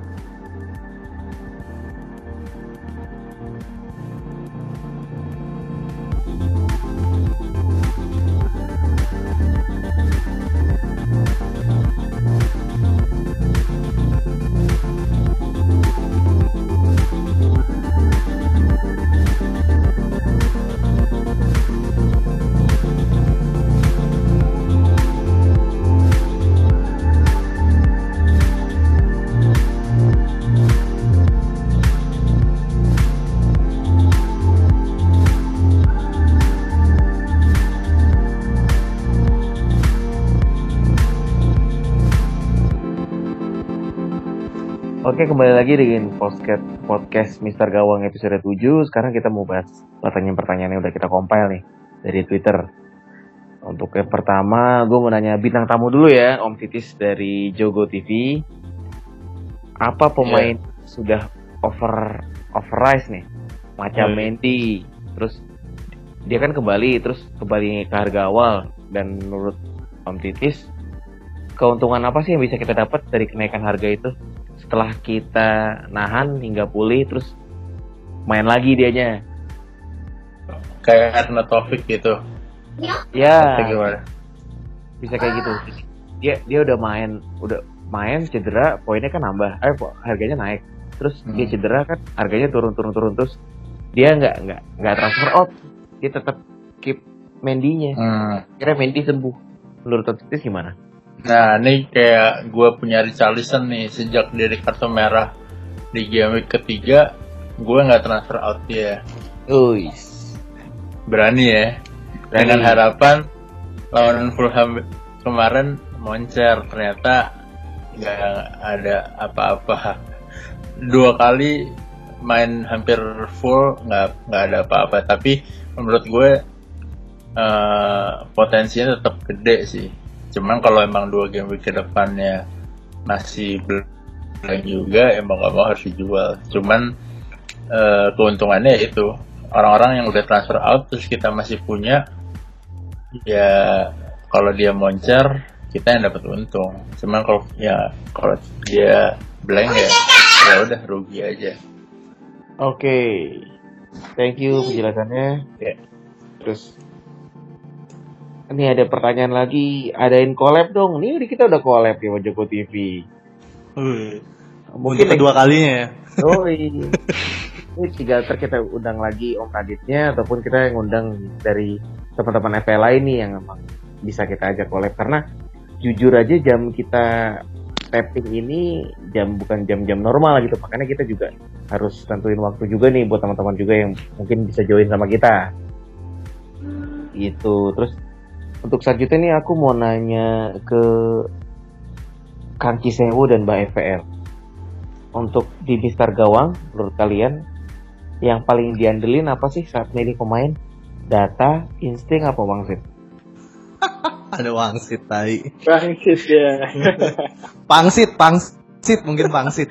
Oke, kembali lagi dengan podcast podcast Mister Gawang episode tujuh. Sekarang kita mau bahas pertanyaan-pertanyaan yang udah kita compile nih dari Twitter. Untuk yang pertama, gue mau nanya bintang tamu dulu ya, Om Titis dari Jogo T V. Apa pemain sudah over overrise nih? Macam Hmm. Mendy, terus dia kan kembali, terus kembali ke harga awal. Dan menurut Om Titis, keuntungan apa sih yang bisa kita dapat dari kenaikan harga itu? Setelah kita nahan hingga pulih, terus main lagi dianya. Kayak Arnautovic gitu. Ya, Atau gimana? bisa kayak gitu. Dia dia udah main, udah main cedera, poinnya kan nambah, eh po- harganya naik. Terus Hmm. dia cedera kan, harganya turun turun turun terus dia nggak nggak nggak transfer out, dia tetap keep Mendy-nya. Hmm. Kira Mendy sembuh. Menurut Titis gimana? Nah, ini kayak gue punya Richarlison nih, sejak dari kartu merah di game week ketiga, gue nggak transfer out dia. Uis. Berani ya. Berani. Dengan harapan lawan Fulham kemarin moncer, ternyata nggak ada apa-apa. Dua kali main hampir full, nggak nggak ada apa-apa. Tapi menurut gue uh, potensinya tetap gede sih. Cuman kalau emang dua game week ke depannya masih blank juga, emang gak mau harus dijual. Cuman uh, keuntungannya itu, orang-orang yang udah transfer out terus kita masih punya, ya kalau dia moncer kita yang dapat untung. Cuman kalau ya kalau dia blank ya ya udah rugi aja. Oke, thank you penjelasannya. Ya. Terus ini ada pertanyaan lagi, adain collab dong. Nih kita udah collab ya sama Jogo T V. Wih, Mungkin untuk kedua kalinya ya. Yoi. ini tinggal ter kita undang lagi Om Raditnya ataupun kita ngundang dari teman-teman F P L lain nih yang memang bisa kita ajak collab, karena jujur aja jam kita tapping ini jam bukan jam-jam normal gitu, makanya kita juga harus tentuin waktu juga nih buat teman-teman juga yang mungkin bisa join sama kita gitu. Terus untuk selanjutnya nih aku mau nanya ke Kang Kisewu dan Mbak F P L, untuk di Mister Gawang menurut kalian yang paling diandelin apa sih saat milih pemain? Data, insting, apa wangsit? Ada wangsit tai. Pangsit ya. Pangsit, pangsit mungkin pangsit.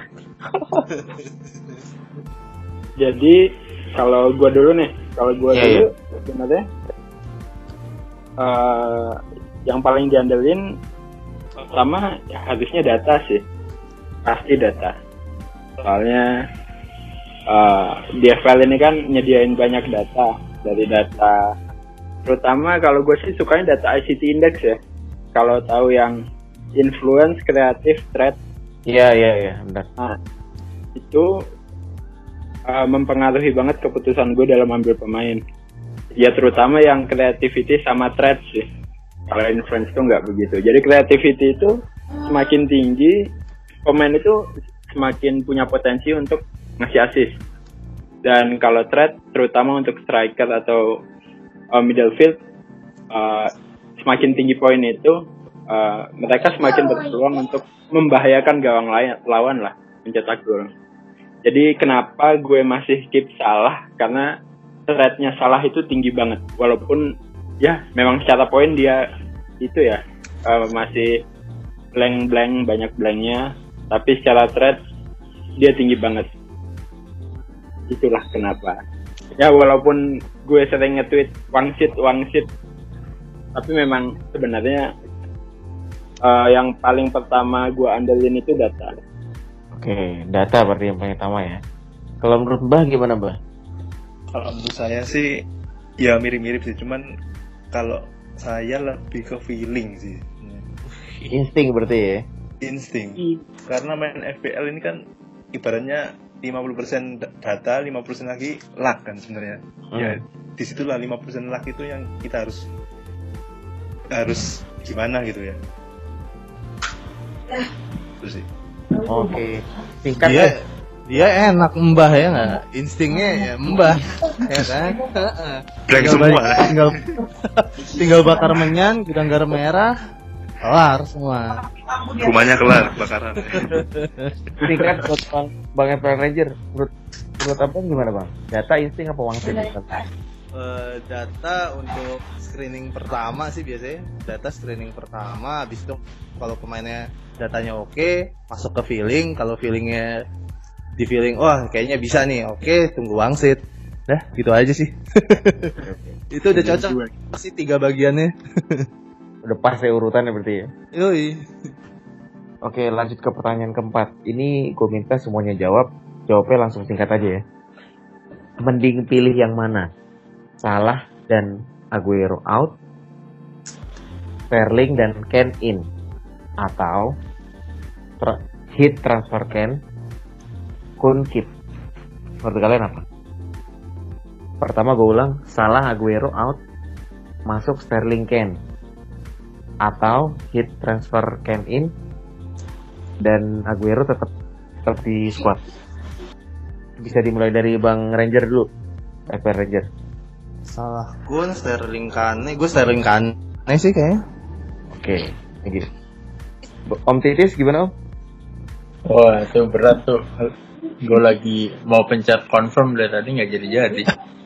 Jadi kalau gua dulu nih, kalau gua Yeah, dulu sebenarnya uh, yang paling diandelin pertama ya, harusnya data sih, pasti data. Soalnya uh, di F L ini kan nyediain banyak data, dari data terutama kalau gue sih sukanya data I C T Index ya. Kalau tahu yang influence, kreatif, threat. Iya iya iya, benar. Nah, itu uh, mempengaruhi banget keputusan gue dalam ambil pemain. Ya terutama yang creativity sama threat sih. Kalau influence itu nggak begitu. Jadi creativity itu semakin tinggi, pemain itu semakin punya potensi untuk ngasih assist. Dan kalau threat, terutama untuk striker atau uh, middle field, uh, semakin tinggi poin itu, uh, mereka semakin berpeluang untuk membahayakan gawang lain, lawan lah, mencetak gol. Jadi kenapa gue masih keep Salah? Karena threat-nya Salah itu tinggi banget. Walaupun ya memang secara poin dia itu ya uh, masih blank-blank, banyak blanknya. Tapi secara threat dia tinggi banget. Itulah kenapa. Ya walaupun gue sering nge-tweet wangsit, wangsit. Tapi memang sebenarnya uh, yang paling pertama gue andelin itu data. Oke, data berarti yang paling utama ya. Kalau menurut Mbah gimana Mbah? Kalau menurut saya sih ya mirip-mirip sih, cuman kalau saya lebih ke feeling sih. Insting berarti ya. Insting. Karena main F P L ini kan ibaratnya lima puluh persen data, lima puluh persen lagi luck kan sebenarnya. Hmm. Ya disitulah lima puluh persen luck itu yang kita harus harus gimana gitu ya. Terus sih. Oke. Singkat Dia, ya. dia enak Mbah ya nggak? Instingnya ya Mbah, ya kan? Blank Tinggal semua. balik- tinggal tinggal bakar menyan, gudang garam merah, kelar semua. Rumahnya kelar bakaran. Singkat buat Bang Bang F P L Ranger. Menurut menurut abang gimana Bang? Data, insting, apa wangsit? Uh, data untuk screening pertama sih biasanya. Data screening pertama, habis itu kalau pemainnya datanya oke, masuk ke feeling. Kalau feelingnya di feeling, wah kayaknya bisa nih, oke, tunggu wangsit. Dah, gitu aja sih. Itu udah cocok sih tiga bagiannya. Udah pas ya urutannya berarti ya. Yoi. Oke, lanjut ke pertanyaan keempat. Ini gue minta semuanya jawab. Jawabnya langsung singkat aja ya. Mending pilih yang mana? Salah dan Aguero out, Sterling dan Kane in, atau tra- hit transfer Kane, Kun keep. Menurut kalian apa? Pertama gue ulang, Salah, Aguero out, masuk Sterling, Kane, atau hit transfer Kane in dan Aguero tetap tetap di squad. Bisa dimulai dari Bang Ranger dulu. F P L Ranger. Salah Kun, Sterling Kane. Gue Sterling Kane sih kayaknya. Oke, okay. Om Titis gimana Om? Wah itu berat tuh. Gue lagi mau pencet confirm dari tadi nggak jadi-jadi.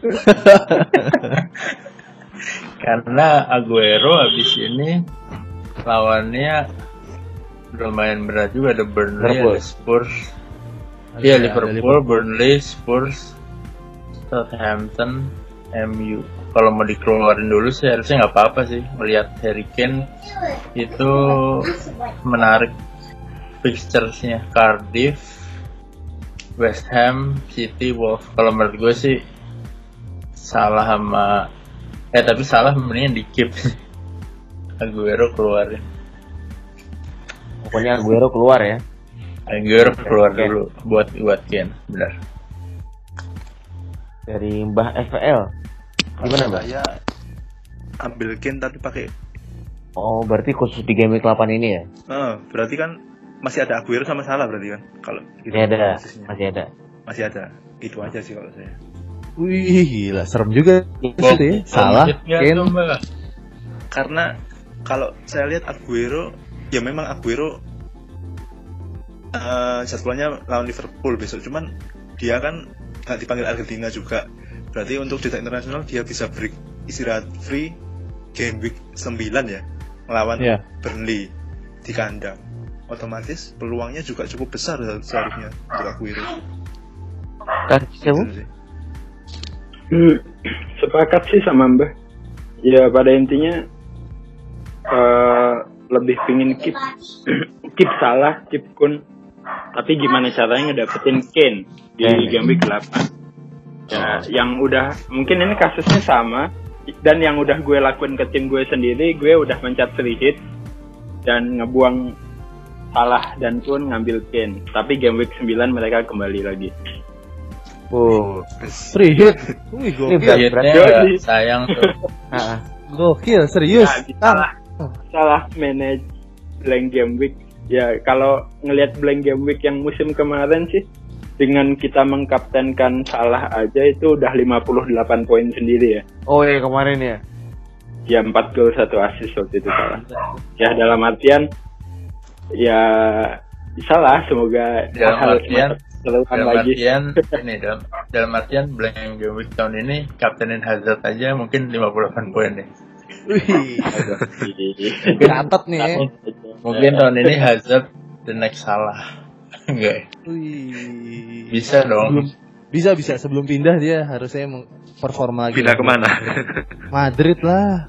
Karena Aguero abis ini lawannya lumayan berat juga, ada Burnley, Liverpool. ada Spurs. Ada- Iya ada Liverpool, Liverpool. Burnley, Spurs, Southampton, M U. Kalau mau dikeluarin dulu sih harusnya nggak apa-apa sih. Melihat Harry Kane itu menarik fixtures-nya Cardiff, West Ham, City, Wolves. Kalau menurut gue sih Salah sama eh tapi Salah mendingan di keep. Aguero keluarin. Pokoknya Aguero keluar ya. Aguero keluar Oke. dulu buat buat Kane, benar. Dari Mbah F L. Gimana, Mbak? Saya ambil Kane tapi pakai. Oh, berarti khusus di game week delapan ini ya? Oh, berarti kan masih ada Aguero sama Salah berarti kan? Kalau gitu. Masih ada, posisinya. masih ada. Masih ada. Itu aja sih kalau saya. Wih, gila serem juga itu ya. Salah, Kane. Karena kalau saya lihat Aguero, ya memang Aguero uh, jadwalnya lawan Liverpool besok, cuman dia kan nggak dipanggil Argentina juga. Berarti untuk data internasional dia bisa break istirahat free game week sembilan ya, melawan yeah. Burnley di kandang. Otomatis peluangnya juga cukup besar seharusnya untuk Aguero. Kan siapa? Hmm, sepakat sih sama Mbah. Ya pada intinya uh, lebih pingin keep keep Salah, keep Kun. Tapi gimana caranya ngedapetin Kane di Kane. game week delapan? Ya, yang udah mungkin ini kasusnya sama dan yang udah gue lakuin ke tim gue sendiri, gue udah mencet free hit dan ngebuang Salah dan Kun ngambil Kane. Tapi game week sembilan mereka kembali lagi. Oh, Free hit. Wih, ini gokil. berat. Hitnya sayang tuh. Ah, Gokil, serius. Ya, salah, salah manage blank game week. Ya kalau ngelihat blank game week yang musim kemarin sih, dengan kita mengkaptenkan Salah aja itu udah lima puluh delapan poin sendiri ya. Oh iya kemarin ya. Ya empat gol satu assist waktu itu Salah. Ya dalam artian ya Salah semoga Dalam hal artian terulang dalam lagi. artian ini dalam dalam artian blank game week tahun ini kaptenin Hazard aja mungkin lima puluh delapan poin nih. Wih, catat nih. Ya. Mungkin tahun ini Hazard the next Salah. Enggak. Wih. Bisa dong. Sebelum, bisa bisa sebelum pindah dia harusnya meng- perform lagi. Pindah kemana? Madrid lah.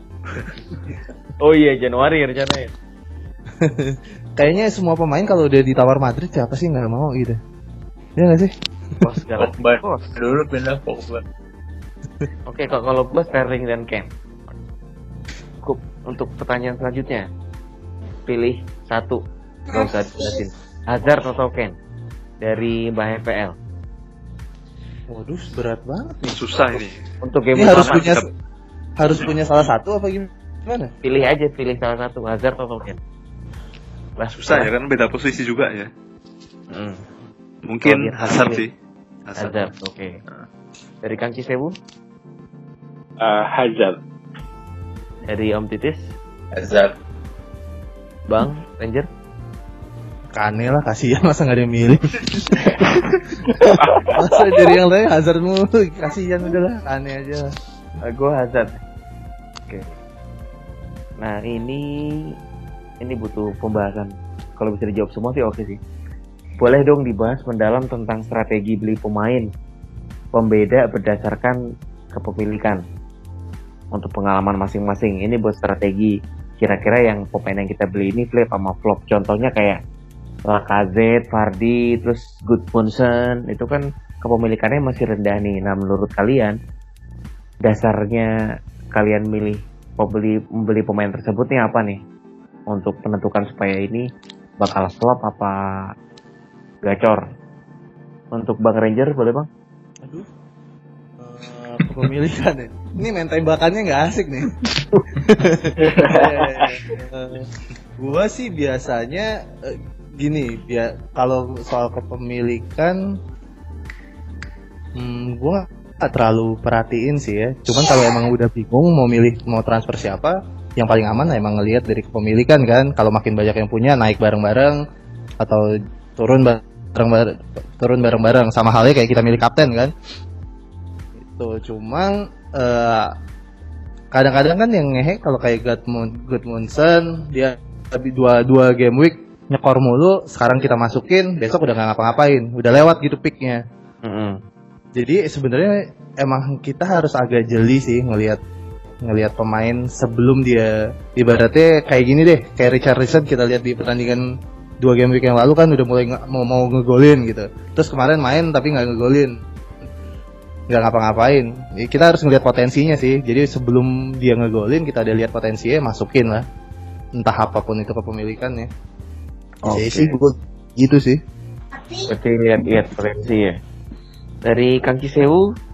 Oh iya Januari rencananya. Kayaknya semua pemain kalau udah ditawar Madrid siapa sih nggak mau gitu? Ya nggak sih? Bos galak. Pogba Bos. dulu pindah Pogba. Oke, kok kalau gue Sterling dan Kane. Cukup untuk pertanyaan selanjutnya. Pilih satu. Gak usah dijelasin. Hazard atau Kane? Dari Mbah F P L. Waduh, berat banget nih. Susah ini. Untuk game Ini harus pertama, punya harus punya salah satu apa gimana? pilih aja, pilih salah satu. Hazard atau Kane. Lah, Susah ya kan beda posisi juga ya. Hmm. Mungkin Oh, dia- Hazard dia- sih. Hazard. Hazard, oke. Dari Kang Cisewu, Uh, Hazard. dari Om Titis, Hazard. Bang Ranger. Kane lah, kasihan masa nggak ada yang milih. Masa dari yang lain Hazard mulu, kasihan udahlah Kane aja. Uh, gue Hazard. Oke. Nah ini ini butuh pembahasan. Kalau bisa dijawab semua sih oke sih. Boleh dong dibahas mendalam tentang strategi beli pemain, pembeda berdasarkan kepemilikan untuk pengalaman masing-masing. Ini buat strategi. Kira-kira yang pemain yang kita beli ini flip sama flop. Contohnya kayak Lacazette, Vardy, terus Goodmanson, itu kan kepemilikannya masih rendah nih. Nah menurut kalian dasarnya kalian milih membeli membeli pemain tersebut nih apa nih untuk menentukan supaya ini bakal flop apa gacor? Untuk Bang Ranger boleh Bang? Aduh. Uh, kepemilikan ya. Ini main tembakannya nggak asik nih. uh, gua sih biasanya uh, gini, ya kalau soal kepemilikan, hmm, gua nggak terlalu perhatiin sih ya. Cuman kalau emang udah bingung mau milih mau transfer siapa, yang paling aman emang ngelihat dari kepemilikan kan. Kalau makin banyak yang punya naik bareng-bareng atau turun bareng-bareng turun bareng-bareng sama halnya kayak kita milih kapten kan. Itu cuma uh, kadang-kadang kan yang ngehe kalau kayak Goodmanson dia tapi dua dua game week nyekor mulu, sekarang kita masukin besok udah nggak ngapa-ngapain, udah lewat gitu picknya. Mm-hmm. Jadi sebenarnya emang kita harus agak jeli sih ngelihat ngelihat pemain sebelum dia, ibaratnya kayak gini deh, kayak Richarlison kita lihat di pertandingan dua game week yang lalu kan udah mulai nge- mau mau ngegolin gitu. Terus kemarin main tapi nggak ngegolin, nggak ngapa-ngapain. Kita harus ngelihat potensinya sih. Jadi sebelum dia ngegolin kita ada lihat potensinya, masukin lah. Entah apapun itu kepemilikannya. Oke. Oke. Sih gue gitu sih. Berarti lihat-lihat potensi ya. Dari Kang Cisewu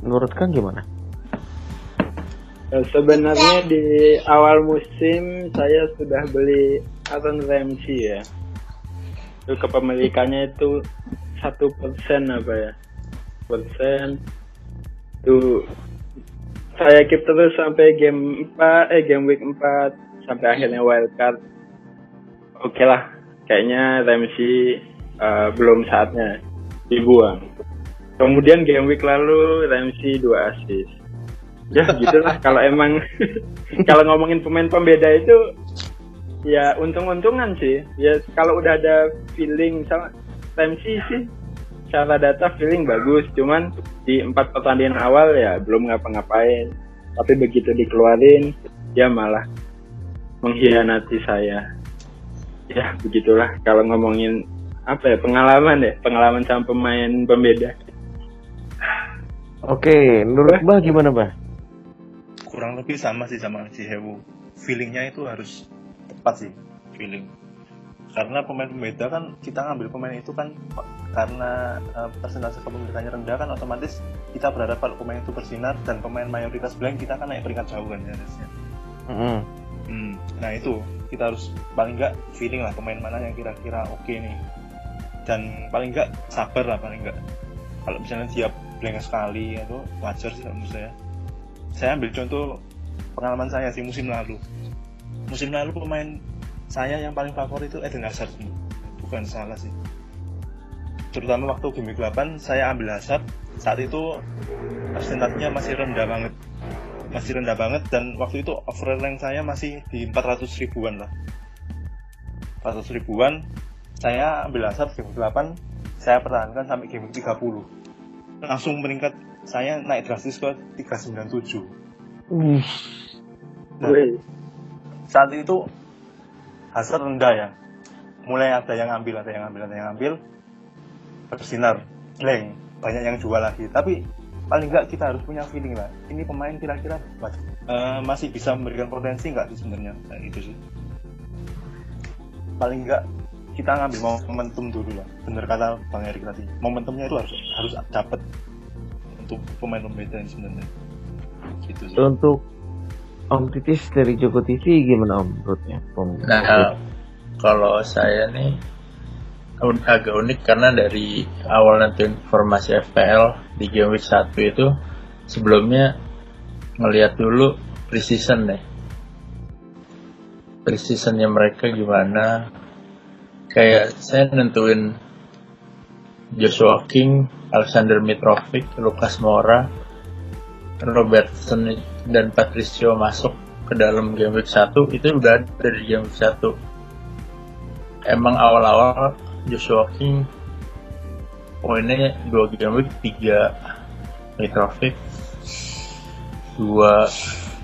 menurut Kang gimana? Eh, Sebenarnya di awal musim saya sudah beli Aaron Ramsey ya. Itu kepemilikannya itu satu persen apa ya? Persen. Itu saya keep terus sampai game empat, eh game week empat sampai akhirnya wildcard. Oke lah, kayaknya Ramsey uh, belum saatnya dibuang. Kemudian game week lalu Ramsey dua assist. Ya gitulah kalau emang kalau ngomongin pemain pembeda itu ya untung-untungan sih. Ya kalau udah ada feeling sama Ramsey sih secara data feeling bagus, cuman di empat pertandingan awal ya belum ngapa-ngapain. Tapi begitu dikeluarin dia malah mengkhianati saya. Ya begitulah kalau ngomongin apa ya pengalaman ya pengalaman sama pemain pembeda. Oke, menurut Bah gimana Bah? Kurang lebih sama sih sama si Hewu. Feelingnya itu harus tepat sih, feeling. Karena pemain pembeda kan kita ngambil pemain itu kan karena uh, persentase kepemilikannya rendah kan otomatis kita berharap kalau pemain itu bersinar dan pemain mayoritas blank kita kan naik peringkat jauh kan ya harusnya. Mm-hmm. Hmm, nah itu kita harus paling enggak feeling lah pemain mana yang kira-kira oke okay nih. Dan paling enggak sabar lah paling enggak. Kalau misalnya dia blank sekali itu wajar sih menurut saya. Saya ambil contoh pengalaman saya sih musim lalu. Musim lalu pemain saya yang paling favorit itu Eden Hazard. Bukan salah sih. Terutama waktu game delapan saya ambil Hazard. Saat itu persentasenya masih rendah banget. Masih rendah banget dan waktu itu overall rank saya masih di empat ratus ribuan lah. empat ratus ribuan. Saya ambil Hazard game delapan, saya pertahankan sampai game tiga puluh. Langsung meningkat, saya naik drastis ke tiga ratus sembilan puluh tujuh. Uh. Nah, saat itu Hazard rendah ya. Mulai ada yang ambil, ada yang ambil, ada yang ambil. Bersinar, blank, banyak yang jual lagi. Tapi paling enggak kita harus punya feeling lah. Ini pemain kira-kira uh, masih bisa memberikan potensi enggak sih sebenarnya? Nah, itu sih. Paling enggak kita ngambil momentum dulu lah. Bener kata Bang Erik tadi. Momentumnya itu harus harus dapat untuk pemain pembeda ini sebenarnya. Gitu sih. Untuk Om Titis dari Joko T V gimana Om menurutnya? Nah, kalau saya nih agak unik karena dari awal nanti informasi F P L di game week satu itu sebelumnya ngelihat dulu preseason deh. Preseasonnya mereka gimana? Kayak saya nentuin Joshua King, Alexander Mitrovic, Lucas Moura, Robertson dan Patricio masuk ke dalam game week satu itu udah ada dari game week satu. Emang awal-awal Joshua King poinnya dua game week, tiga Mitrovic, dua.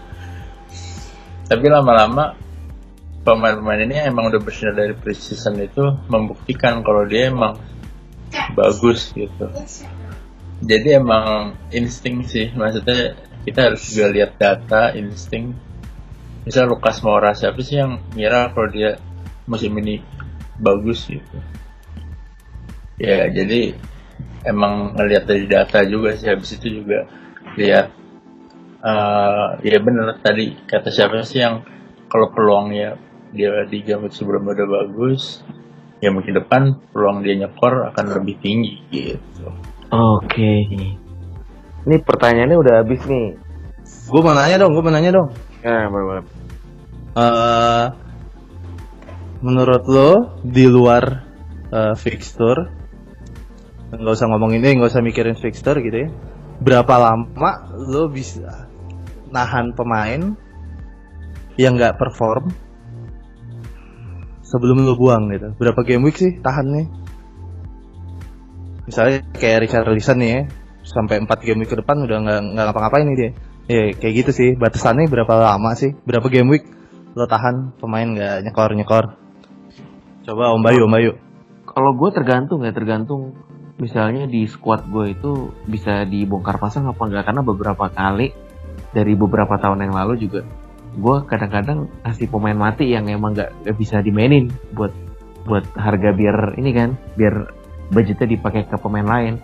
Tapi lama-lama pemain-pemain ini emang udah bersinar dari preseason itu membuktikan kalau dia emang bagus gitu. Jadi emang insting sih, maksudnya kita harus juga lihat data, insting. Misal Lucas Moura, siapa sih yang ngira kalau dia musim ini bagus gitu. Ya jadi emang ngelihat dari data juga sih, habis itu juga lihat uh, ya bener tadi kata siapa sih yang kalau peluangnya dia di game sebelumnya udah bagus, ya mungkin depan peluang dia nyekor akan lebih tinggi gitu. Oke. Ini pertanyaannya udah habis nih. Gue mau nanya dong, gue mau nanya dong. Ya, boleh-boleh. Uh, menurut lo di luar uh, fixture, nggak usah ngomongin ini, nggak usah mikirin fixture gitu ya. Berapa lama lo bisa nahan pemain yang nggak perform sebelum lo buang gitu? Berapa game week sih tahannya? Misalnya kayak Richarlison nih ya, sampai empat game week ke depan udah nggak nggak ngapa-ngapain nih dia. Ya kayak gitu sih. Batasannya berapa lama sih? Berapa game week lo tahan pemain nggak nyekor-nyekor? Coba Om Bayu, Om Bayu. Kalau gue tergantung ya, tergantung. Misalnya di squad gue itu bisa dibongkar pasang apa enggak, karena beberapa kali dari beberapa tahun yang lalu juga gue kadang-kadang kasih pemain mati yang emang nggak bisa dimainin buat buat harga biar ini kan, biar budgetnya dipakai ke pemain lain.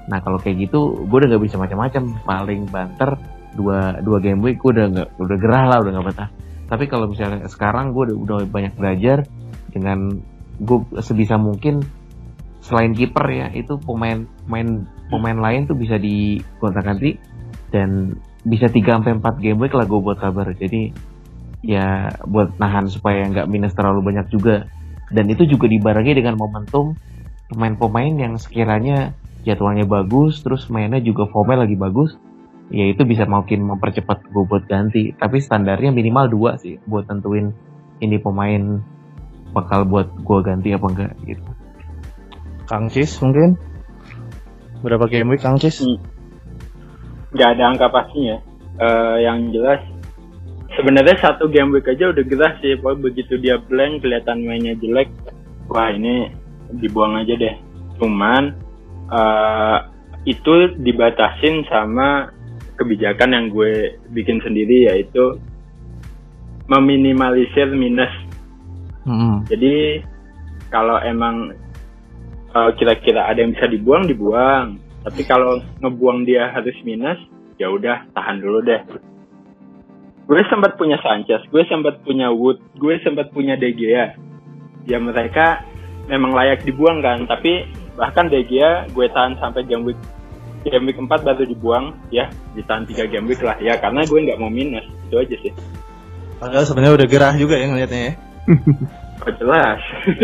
Nah kalau kayak gitu gue udah nggak bisa macam-macam, paling banter dua dua game week gue udah nggak udah gerah lah, udah nggak betah. Tapi kalau misalnya sekarang gue udah, udah banyak belajar dengan gue sebisa mungkin selain kiper ya itu pemain pemain pemain lain tuh bisa digonta-ganti dan bisa tiga sampai empat game week lah gue buat kabar. Jadi ya buat nahan supaya nggak minus terlalu banyak juga. Dan itu juga dibarengi dengan momentum pemain-pemain yang sekiranya jadwalnya bagus, terus mainnya juga formnya lagi bagus, ya itu bisa makin mempercepat gue buat ganti. Tapi standarnya minimal dua sih buat tentuin ini pemain bakal buat gue ganti apa enggak gitu. Kang Cis mungkin berapa game week Kang Cis? Hmm. Gak ada angka pastinya. Uh, yang jelas sebenarnya satu game week aja udah gerah sih. Pokoknya begitu dia blank kelihatan mainnya jelek, wah ini dibuang aja deh. Cuman uh, itu dibatasin sama kebijakan yang gue bikin sendiri, yaitu meminimalisir minus. Hmm. Jadi kalau emang uh, kira-kira ada yang bisa dibuang, dibuang. Tapi kalau ngebuang dia harus minus, ya udah tahan dulu deh. Gue sempat punya Sanchez, gue sempat punya Wood, gue sempat punya De Gea. Ya mereka memang layak dibuang kan, tapi bahkan De Gea gue tahan sampai game week game week empat baru dibuang, ya ditahan tiga game week lah, ya karena gue nggak mau minus, itu aja sih. Padahal sebenarnya udah gerah juga ya ngelihatnya ya. Oh jelas.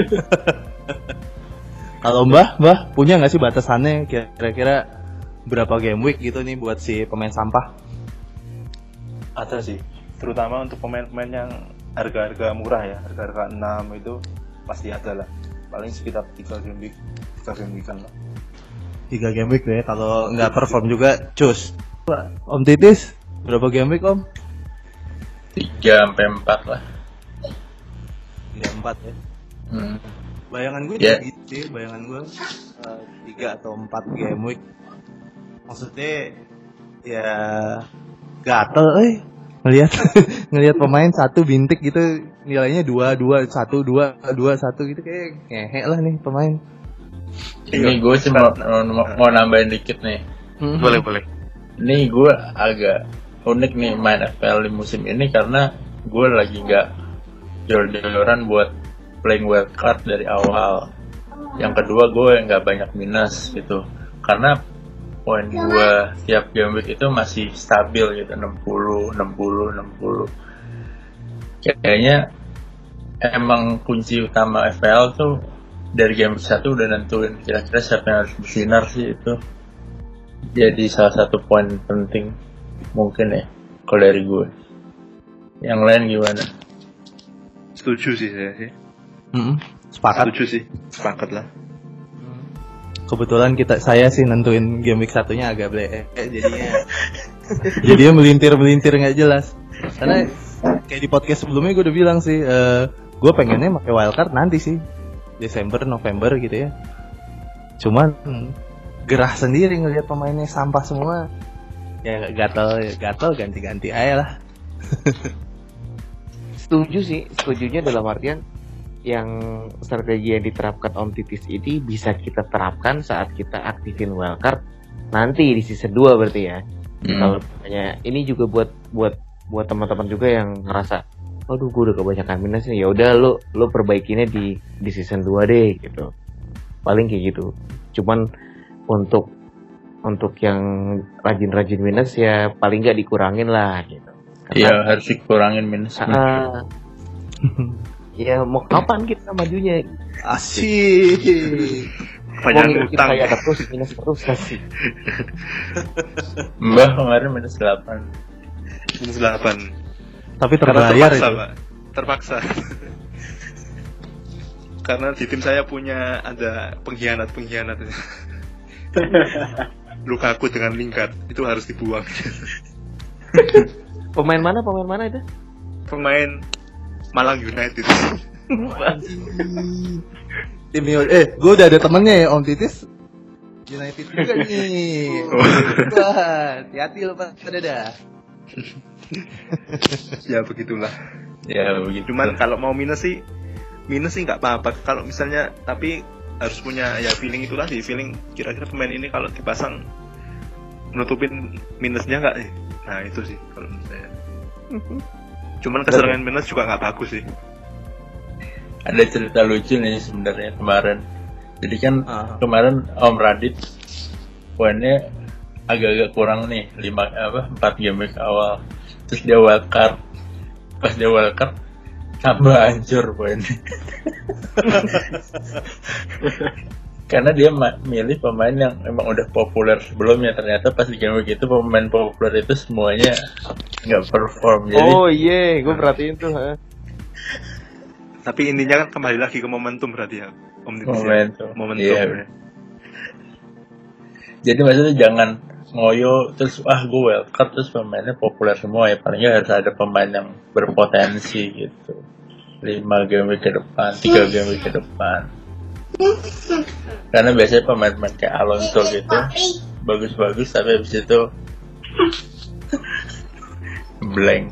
Kalau Mbah, Mbah punya nggak sih batasannya kira-kira berapa game week gitu nih buat si pemain sampah? Ada sih, terutama untuk pemain-pemain yang harga-harga murah ya, harga-harga enam itu pasti ada lah. Paling sekitar tiga game week, tiga game weekan lah. tiga game week deh, kalau nggak perform juga cus. Om Titis, berapa game week Om? tiga sampai empat lah. tiga empat ya. Hmm. Bayangan gue Yeah. juga gitu sih, bayangan gue uh, tiga atau empat game week. Maksudnya ya gatel eh ngelihat ngelihat pemain satu bintik gitu nilainya dua dua satu dua dua satu gitu kayak ngehe lah nih pemain. Ini gue sih mau, mau, mau nambahin dikit nih. Boleh boleh. Ini gue agak unik nih main F P L di musim ini karena gue lagi nggak jor-joran buat playing wildcard dari awal. Yang kedua gue nggak banyak minus gitu karena poin gue tiap game week itu masih stabil gitu, enam puluh, enam puluh, enam puluh. Kayaknya emang kunci utama F P L tuh dari game week satu udah nentuin kira-kira siapa yang harus bersinar sih, itu jadi salah satu poin penting mungkin ya kalau dari gue. Yang lain gimana? Setuju sih saya sih. Mm-hmm. Sepakat. Setuju sih, sepakat lah. Kebetulan kita saya sih nentuin game week satunya agak ble, eh, jadinya jadinya melintir melintir nggak jelas. Karena kayak di podcast sebelumnya gue udah bilang sih, uh, gue pengennya pakai wildcard nanti sih Desember November gitu ya. Cuman hmm, gerah sendiri ngelihat pemainnya sampah semua. Ya gatel gatel ganti-ganti aja lah. Setuju sih, setujunya dalam artian yang strategi yang diterapkan Om Titis ini bisa kita terapkan saat kita aktifin wildcard nanti di season dua berarti ya. Hmm. Kalau misalnya ini juga buat buat buat teman-teman juga yang ngerasa, aduh gue udah kebanyakan minusnya, ya udah lo lo perbaikinnya di di season dua deh gitu. Paling kayak gitu. Cuman untuk untuk yang rajin-rajin minus ya paling nggak dikurangin lah gitu. Iya harus dikurangin minusnya. Uh, ya mau kapan kita majunya? Asyik. Banyak utang. Kayak ada terus minus terus kasih. Mbak kemarin minus delapan. Minus delapan. Tapi Karena terbayar terpaksa, itu. Pak. Terpaksa. Karena di tim saya punya ada pengkhianat-pengkhianat. Lukaku dengan Lingard itu harus dibuang. Pemain mana? Pemain mana itu? Pemain Malang United. Tim eh, gue udah ada temennya ya Om Titis United juga nih. Wah, hati-hati lo Pak, ada dah. Ya begitulah. Ya begitu. Cuman kalau mau minus sih, minus sih nggak apa-apa. Kalau misalnya, tapi harus punya ya feeling itu tadi, feeling kira-kira pemain ini kalau dipasang menutupin minusnya nggak nih. Nah itu sih kalau menurut saya. Cuman keserangan minus juga nggak bagus sih. Ada cerita lucu nih sebenarnya kemarin. Jadi kan Ah. kemarin Om Radit poinnya agak-agak kurang nih, lima apa empat game week awal. Terus dia wildcard. Pas dia wildcard tambah hancur poinnya. Karena dia ma- milih pemain yang emang udah populer sebelumnya, ternyata pas di game week itu pemain populer itu semuanya nggak perform. Jadi Oh iya, gue perhatiin tuh. Ha. Tapi intinya kan kembali lagi ke momentum berarti ya. Om Titis ya. momentum. Momentum. Iya, ya. Jadi maksudnya jangan ngoyo terus ah gue wildcard terus pemainnya populer semua ya, paling nggak harus ada pemain yang berpotensi gitu. lima game week ke depan, tiga game week ke depan. Karena biasanya pemain-pemain kayak Alonso gitu bagus-bagus tapi habis itu blank.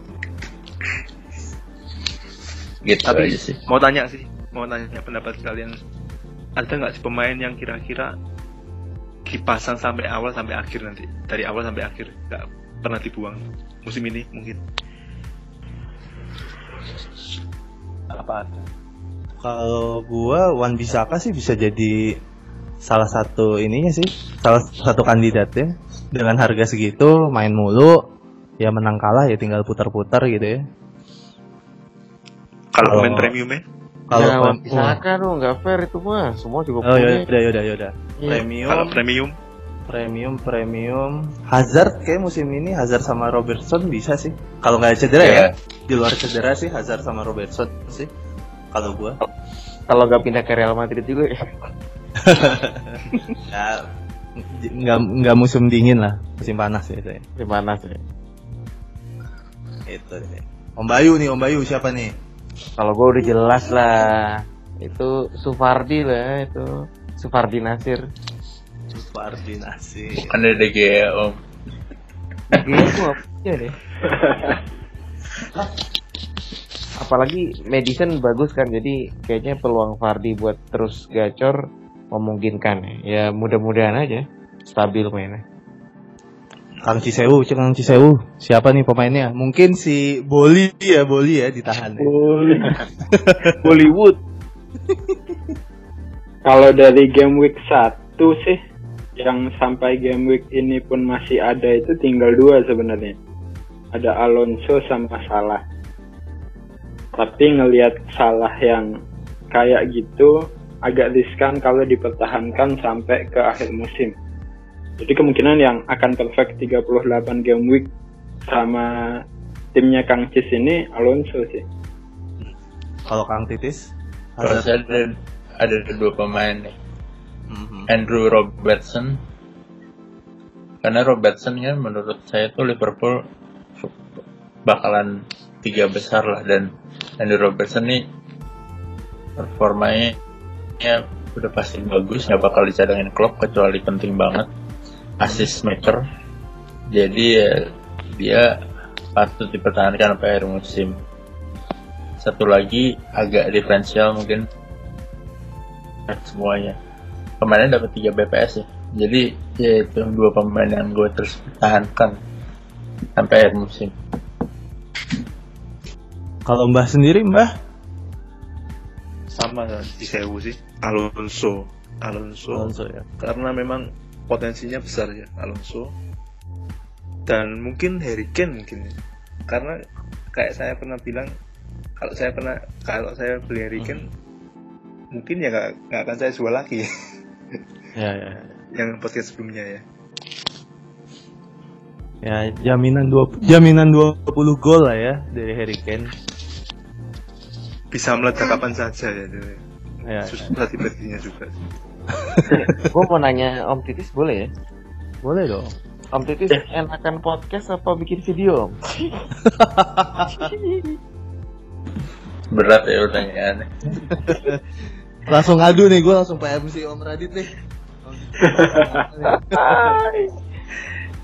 Gitu Tapi aja sih. mau tanya sih, mau tanya pendapat kalian, ada nggak sih pemain yang kira-kira dipasang sampai awal sampai akhir nanti, dari awal sampai akhir nggak pernah dibuang musim ini mungkin? Apa ada? Kalau gua Wan Bissaka sih bisa jadi salah satu ininya sih, salah satu kandidatnya. Dengan harga segitu main mulu, ya menang kalah ya tinggal putar-putar gitu ya. Kalau Kalau- pemain premiumnya? Kalau Ya, pemain- Bissaka dong, nggak fair itu mah. Semua juga Oh punya. yaudah yaudah yaudah. Iya. Premium, Kalau premium, premium, premium. Hazard kayak musim ini Hazard sama Robertson bisa sih. Kalau nggak cedera Iya. ya, di luar cedera sih Hazard sama Robertson sih. Kalau gua. Kalau nggak pindah ke Real Madrid juga ya. Ya, nggak nggak musim dingin lah, musim panas ya saya. Gimana sih? Itu deh. Om Bayu nih, Om Bayu siapa nih? Kalau gue udah jelas lah. Itu Sufardi lah itu. Sufardi Nasir. Supardi Nasir. Kan ada D G A Om. Gila tuh apa deh. Apalagi Madison bagus kan, jadi kayaknya peluang Vardy buat terus gacor memungkinkan ya. Ya mudah-mudahan aja stabil mainnya. Kang Cisewu, Kang Cisewu. Siapa nih pemainnya? Mungkin si Boli ya, Boli ya ditahan. Ya. Bollywood. Kalau dari game week satu sih, yang sampai game week ini pun masih ada itu tinggal dua sebenarnya. Ada Alonso sama Salah. Tapi ngelihat Salah yang kayak gitu agak riskan kalau dipertahankan sampai ke akhir musim. Jadi kemungkinan yang akan perfect tiga puluh delapan game week sama timnya Kang Cis ini Alonso sih. Kalau Kang Titis? Kalau saya ada, ada dua pemain nih. Mhm. Andrew Robertson. Karena Robertson kan menurut saya tuh Liverpool bakalan tiga besar lah, dan Andrew Robertson nih performanya ya udah pasti bagus, nggak bakal dicadangin Klopp kecuali penting banget, assist maker. Jadi ya, dia patut dipertahankan sampai akhir musim. Satu lagi agak diferensial mungkin semuanya. Kemarin dapat tiga B P S ya. Jadi ya itu dua pemain yang gue terus pertahankan sampai akhir musim. Kalau Mbah sendiri, Mbah? sama di Sewu sih, Alonso. Alonso. Alonso ya. Karena memang potensinya besar ya Alonso. Dan mungkin Harry Kane mungkin. Karena kayak saya pernah bilang, kalau saya pernah kalau saya beli Harry Kane, hmm. mungkin ya nggak nggak akan saya jual lagi. Ya, ya. Yang podcast sebelumnya ya. Ya, jaminan dua jaminan dua puluh gol lah ya dari Harry Kane. Bisa meledak kapan saja ya. Ya, susah dibelinya juga. Gue mau nanya Om Titis boleh ya? boleh dong. Om Titis enakan podcast apa bikin video Om? Berat ya pertanyaannya. Langsung ngadu nih, gue langsung P M C Om Radit nih.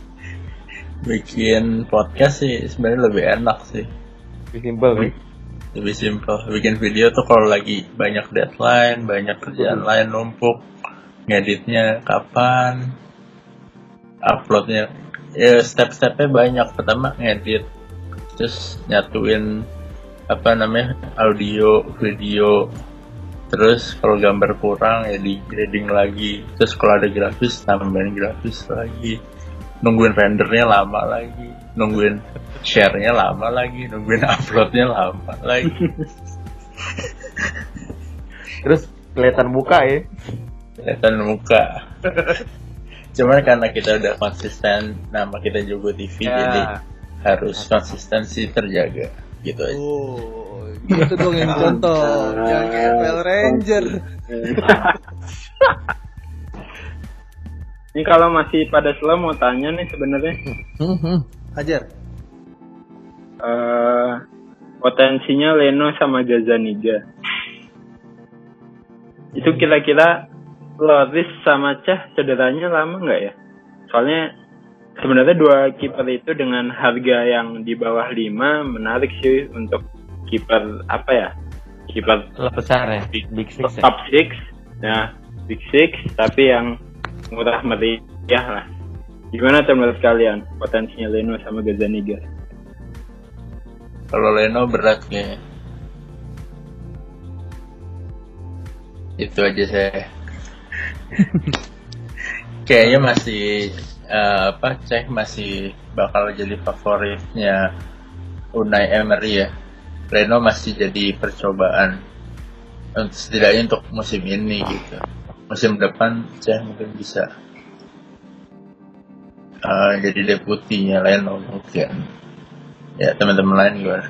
Bikin podcast sih sebenarnya lebih enak sih. Lebih simpel nih. lebih simple. Bikin video tuh kalau lagi banyak deadline, banyak kerjaan hmm. lain numpuk, ngeditnya kapan, uploadnya, ya step-stepnya banyak. Pertama ngedit, terus nyatuin apa namanya audio, video, terus kalau gambar kurang ya di grading lagi, terus kalau ada grafis tambahin grafis lagi, nungguin rendernya lama lagi, nungguin share-nya lama lagi, nungguin upload-nya lama lagi. Terus kelihatan muka ya? Kelihatan muka. Cuman karena kita udah konsisten, nama kita Jogo T V, ya. Jadi harus konsistensi terjaga, gitu aja. Oh, gitu dong yang contoh, yang kayak Power Ranger. Ini kalau masih pada slow mau tanya nih sebenarnya. Hmm, Hajar. Uh, potensinya Leno sama Gazzaniga. Itu kira-kira Loris sama Cah cederanya lama nggak ya? Soalnya sebenarnya dua kiper itu dengan harga yang di bawah lima menarik sih untuk kiper apa ya? Kiper besar ya, big, big six. Top six, ya big six, tapi yang murah meriah lah. Gimana tuh menurut kalian potensinya Leno sama Gazzaniga? Kalau Leno berat kayaknya. Itu aja saya. Kayaknya masih uh, apa cek masih bakal jadi favoritnya Unai Emery ya. Leno masih jadi percobaan untuk setidaknya untuk musim ini gitu. Musim depan cek mungkin bisa uh, jadi deputinya Leno mungkin. Ya teman-teman lain gimana?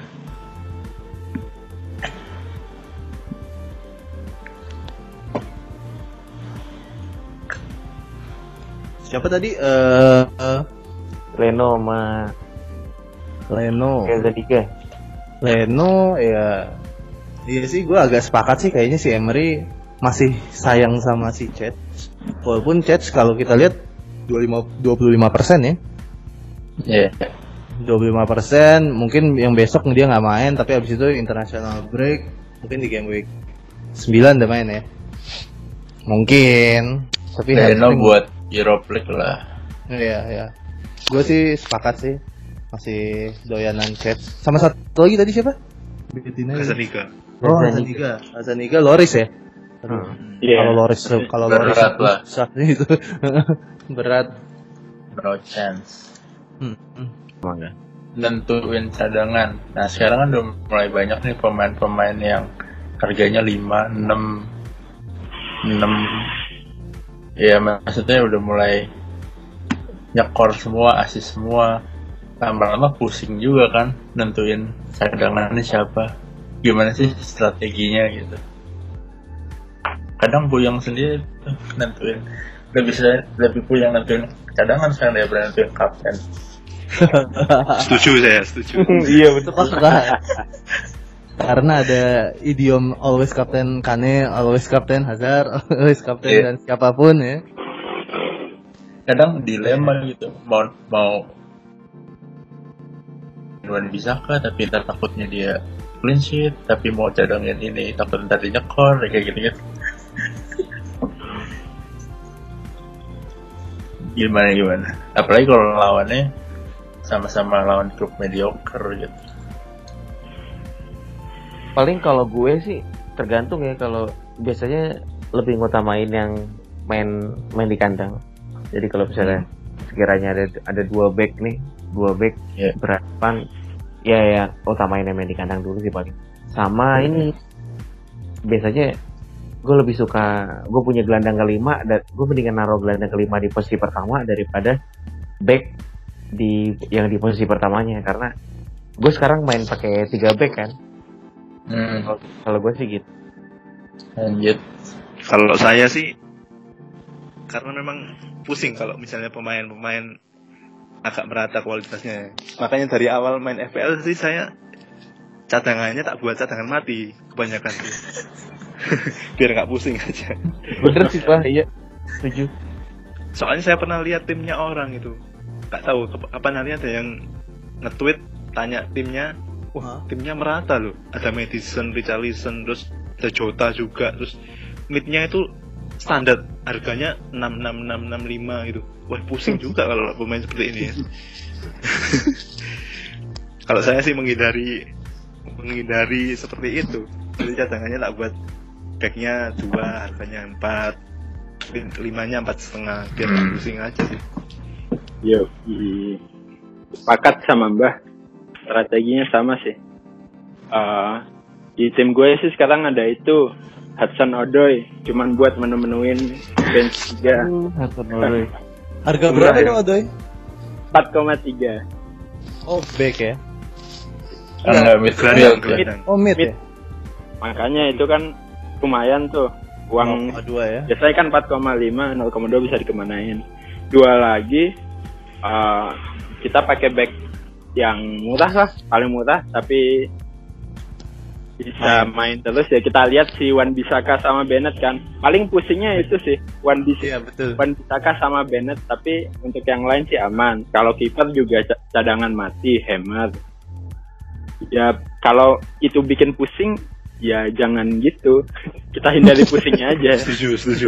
Siapa tadi? Uh, uh, Leno sama Leno. Gazzaniga. Leno ya, iya sih gue agak sepakat sih kayaknya si Emery masih sayang sama si Cech. Walaupun Cech kalau kita lihat dua puluh lima persen ya. Iya. Yeah. dua puluh lima persen mungkin yang besok dia nggak main, tapi abis itu international break mungkin di game week sembilan udah main ya mungkin. Tapi Leno buat Europe League lah. Iya ya, gue sih sepakat sih masih doyanan Cech. Sama satu lagi tadi siapa? Gazzaniga. Oh Gazzaniga, Gazzaniga Loris ya. Hmm. Yeah. Kalau Loris kalau Loris susah itu berat. No chance. Hmm. Mana? Nentuin cadangan. Nah sekarang kan udah mulai banyak nih pemain-pemain yang harganya lima, enam, enam. Ya maksudnya udah mulai nyekor semua, asis semua. Lama-lama pusing juga kan nentuin cadangannya siapa. Gimana sih strateginya gitu. Kadang puyeng sendiri tuh nentuin. Lebih bisa lebih puyeng nentuin cadangan sekarang daripada nentuin kapten. Setuju saya, setuju. Iya betul. Karena ada idiom always Captain Kane, always Captain Hazard, always Captain yeah. Dan siapapun ya. Kadang dilema gitu, mau mau Wan Bisaka tapi ntar takutnya dia clean sheet, tapi mau cadangin ini takut ntar dia nyekor, kayak gitu gitu. Gimana gimana? Apalagi kalau lawannya sama-sama lawan klub mediocre gitu. Paling kalau gue sih tergantung ya, kalau biasanya lebih ngutamain yang main main di kandang. Jadi kalau misalnya sekiranya ada ada dua back nih, dua back yeah. berhadapan, ya ya utamain yang main di kandang dulu sih paling. Sama hmm. ini biasanya gue lebih suka, gue punya gelandang kelima dan gue mendingan naruh gelandang kelima di posisi pertama daripada back di yang di posisi pertamanya, karena gue sekarang main pakai tiga back kan. Hmm. Kalau gue sih gitu. Lanjut. Kalau saya sih karena memang pusing kalau misalnya pemain-pemain agak merata kualitasnya. Makanya dari awal main F P L sih saya cadangannya tak buat cadangan mati kebanyakan sih. Biar nggak pusing aja. Bener sih Pak, iya. Setuju. Soalnya saya pernah lihat timnya orang itu. Nggak tahu kapan hari ada yang nge-tweet tanya timnya wah timnya merata loh. Ada Madison, Richarlison, terus ada Jota juga, terus midnya itu standar harganya enam enam enam enam lima gitu. Wah pusing juga kalau pemain seperti ini ya. Kalau saya sih menghindari menghindari seperti itu. Jadi cadangannya tak buat backnya dua, harganya empat, limanya empat setengah, biar tak pusing aja sih. Yo, sepakat sama Mbah. Strateginya sama sih. Uh, di tim gue sih sekarang ada itu Hudson Odoi, cuman buat menu-menuin bench tiga. Hudson Odoi. Harga berapa itu Odoi? empat koma tiga. Oh, back ya. Enggak midfield. Gelandang. Oh, mid, Mid. ya. Makanya itu kan lumayan tuh. Uang nol koma dua ya. biasanya kan empat koma lima, nol koma dua bisa dikemanain. Dua lagi uh, kita pakai back yang murah lah, paling murah tapi bisa main terus ya. Kita lihat si Wan Bissaka sama Bennett kan. Paling pusingnya itu sih Wan Bissaka, Iya, betul. Wan Bissaka sama Bennett, tapi untuk yang lain sih aman. Kalau kiper juga c- cadangan mati, hemat. Ya kalau itu bikin pusing ya jangan gitu. Kita hindari pusingnya aja. Setuju, setuju.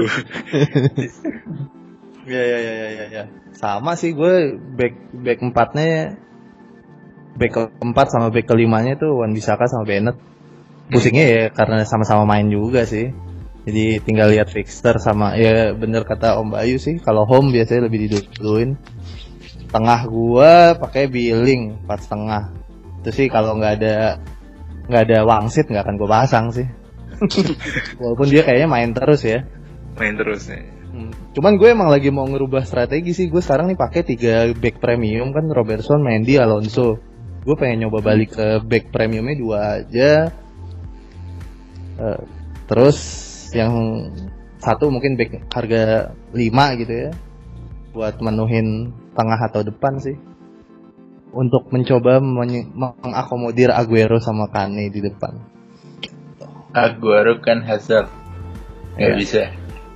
Ya ya ya ya ya. Sama sih gue back back empatnya, back keempat sama back kelimanya tuh Wan Bissaka sama Bennett. Pusingnya ya karena sama-sama main juga sih. Jadi tinggal lihat fixture sama ya bener kata Om Bayu sih. Kalau home biasanya lebih diduluin. Tengah gua pakai Billing empat setengah. Itu sih kalau nggak ada nggak ada Wangsit nggak akan gue pasang sih. Walaupun dia kayaknya main terus ya. Main terus nih. Hmm. Cuman gue emang lagi mau ngerubah strategi sih. Gue sekarang nih pakai tiga back premium kan, Robertson, Mendy, Alonso. Gue pengen nyoba balik ke back premiumnya dua aja. Uh, terus yang satu mungkin back harga lima gitu ya. Buat menuhin tengah atau depan sih. Untuk mencoba menye- mengakomodir Aguero sama Kane di depan. Aguero kan Hazard. Nggak Ya. bisa.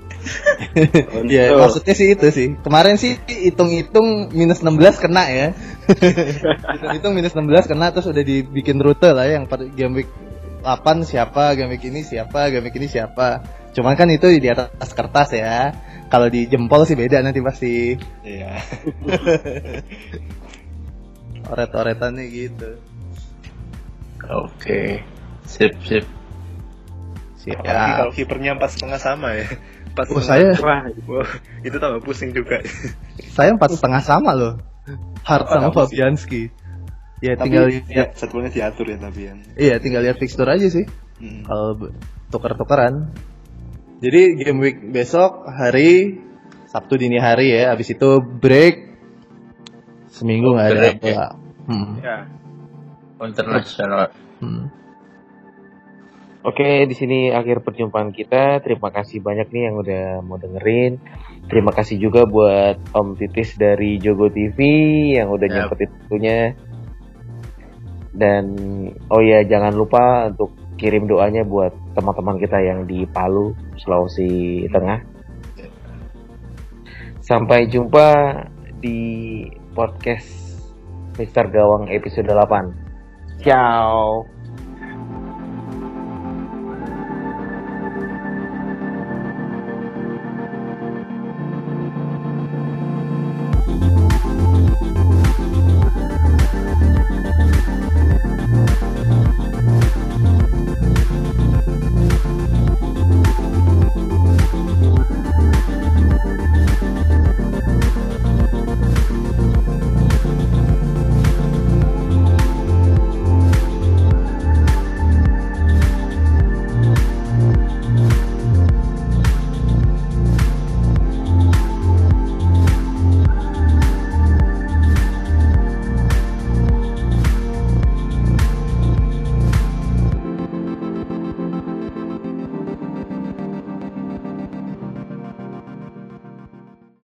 Ya maksudnya sih itu sih. Kemarin sih hitung-hitung minus enam belas kena ya. Hitung-hitung minus enam belas kena, terus udah dibikin rute lah ya, yang pada game week delapan siapa, game week ini siapa, game week ini siapa. Cuman kan itu di atas kertas ya. Kalau di jempol sih beda nanti pasti. Iya. Oret-oretannya gitu. Oke. Sip, sip. Siap. Apalagi kalau kipernya empat setengah sama ya. Empat Oh, setengah. saya Wah, Wah, itu tambah pusing juga. saya empat setengah sama loh. Hart Oh, sama bagus sih. Fabianski. Ya Tapi tinggal ya, lihat, jadwalnya diatur ya tapi ya. iya tinggal lihat fixture aja sih. Hmm. Kalau be- tuker-tukeran. Jadi game week besok hari Sabtu dini hari ya. Habis itu break seminggu nggak ada Break, bola. ya. Hmm. ya. Internasional. Hmm. Oke, di sini akhir perjumpaan kita. Terima kasih banyak nih yang udah mau dengerin. Terima kasih juga buat Om Titis dari Jogo T V yang udah Yap. nyempetin waktunya. Dan oh ya, jangan lupa untuk kirim doanya buat teman-teman kita yang di Palu, Sulawesi Tengah. Sampai jumpa di podcast Mister Gawang episode delapan. Ciao.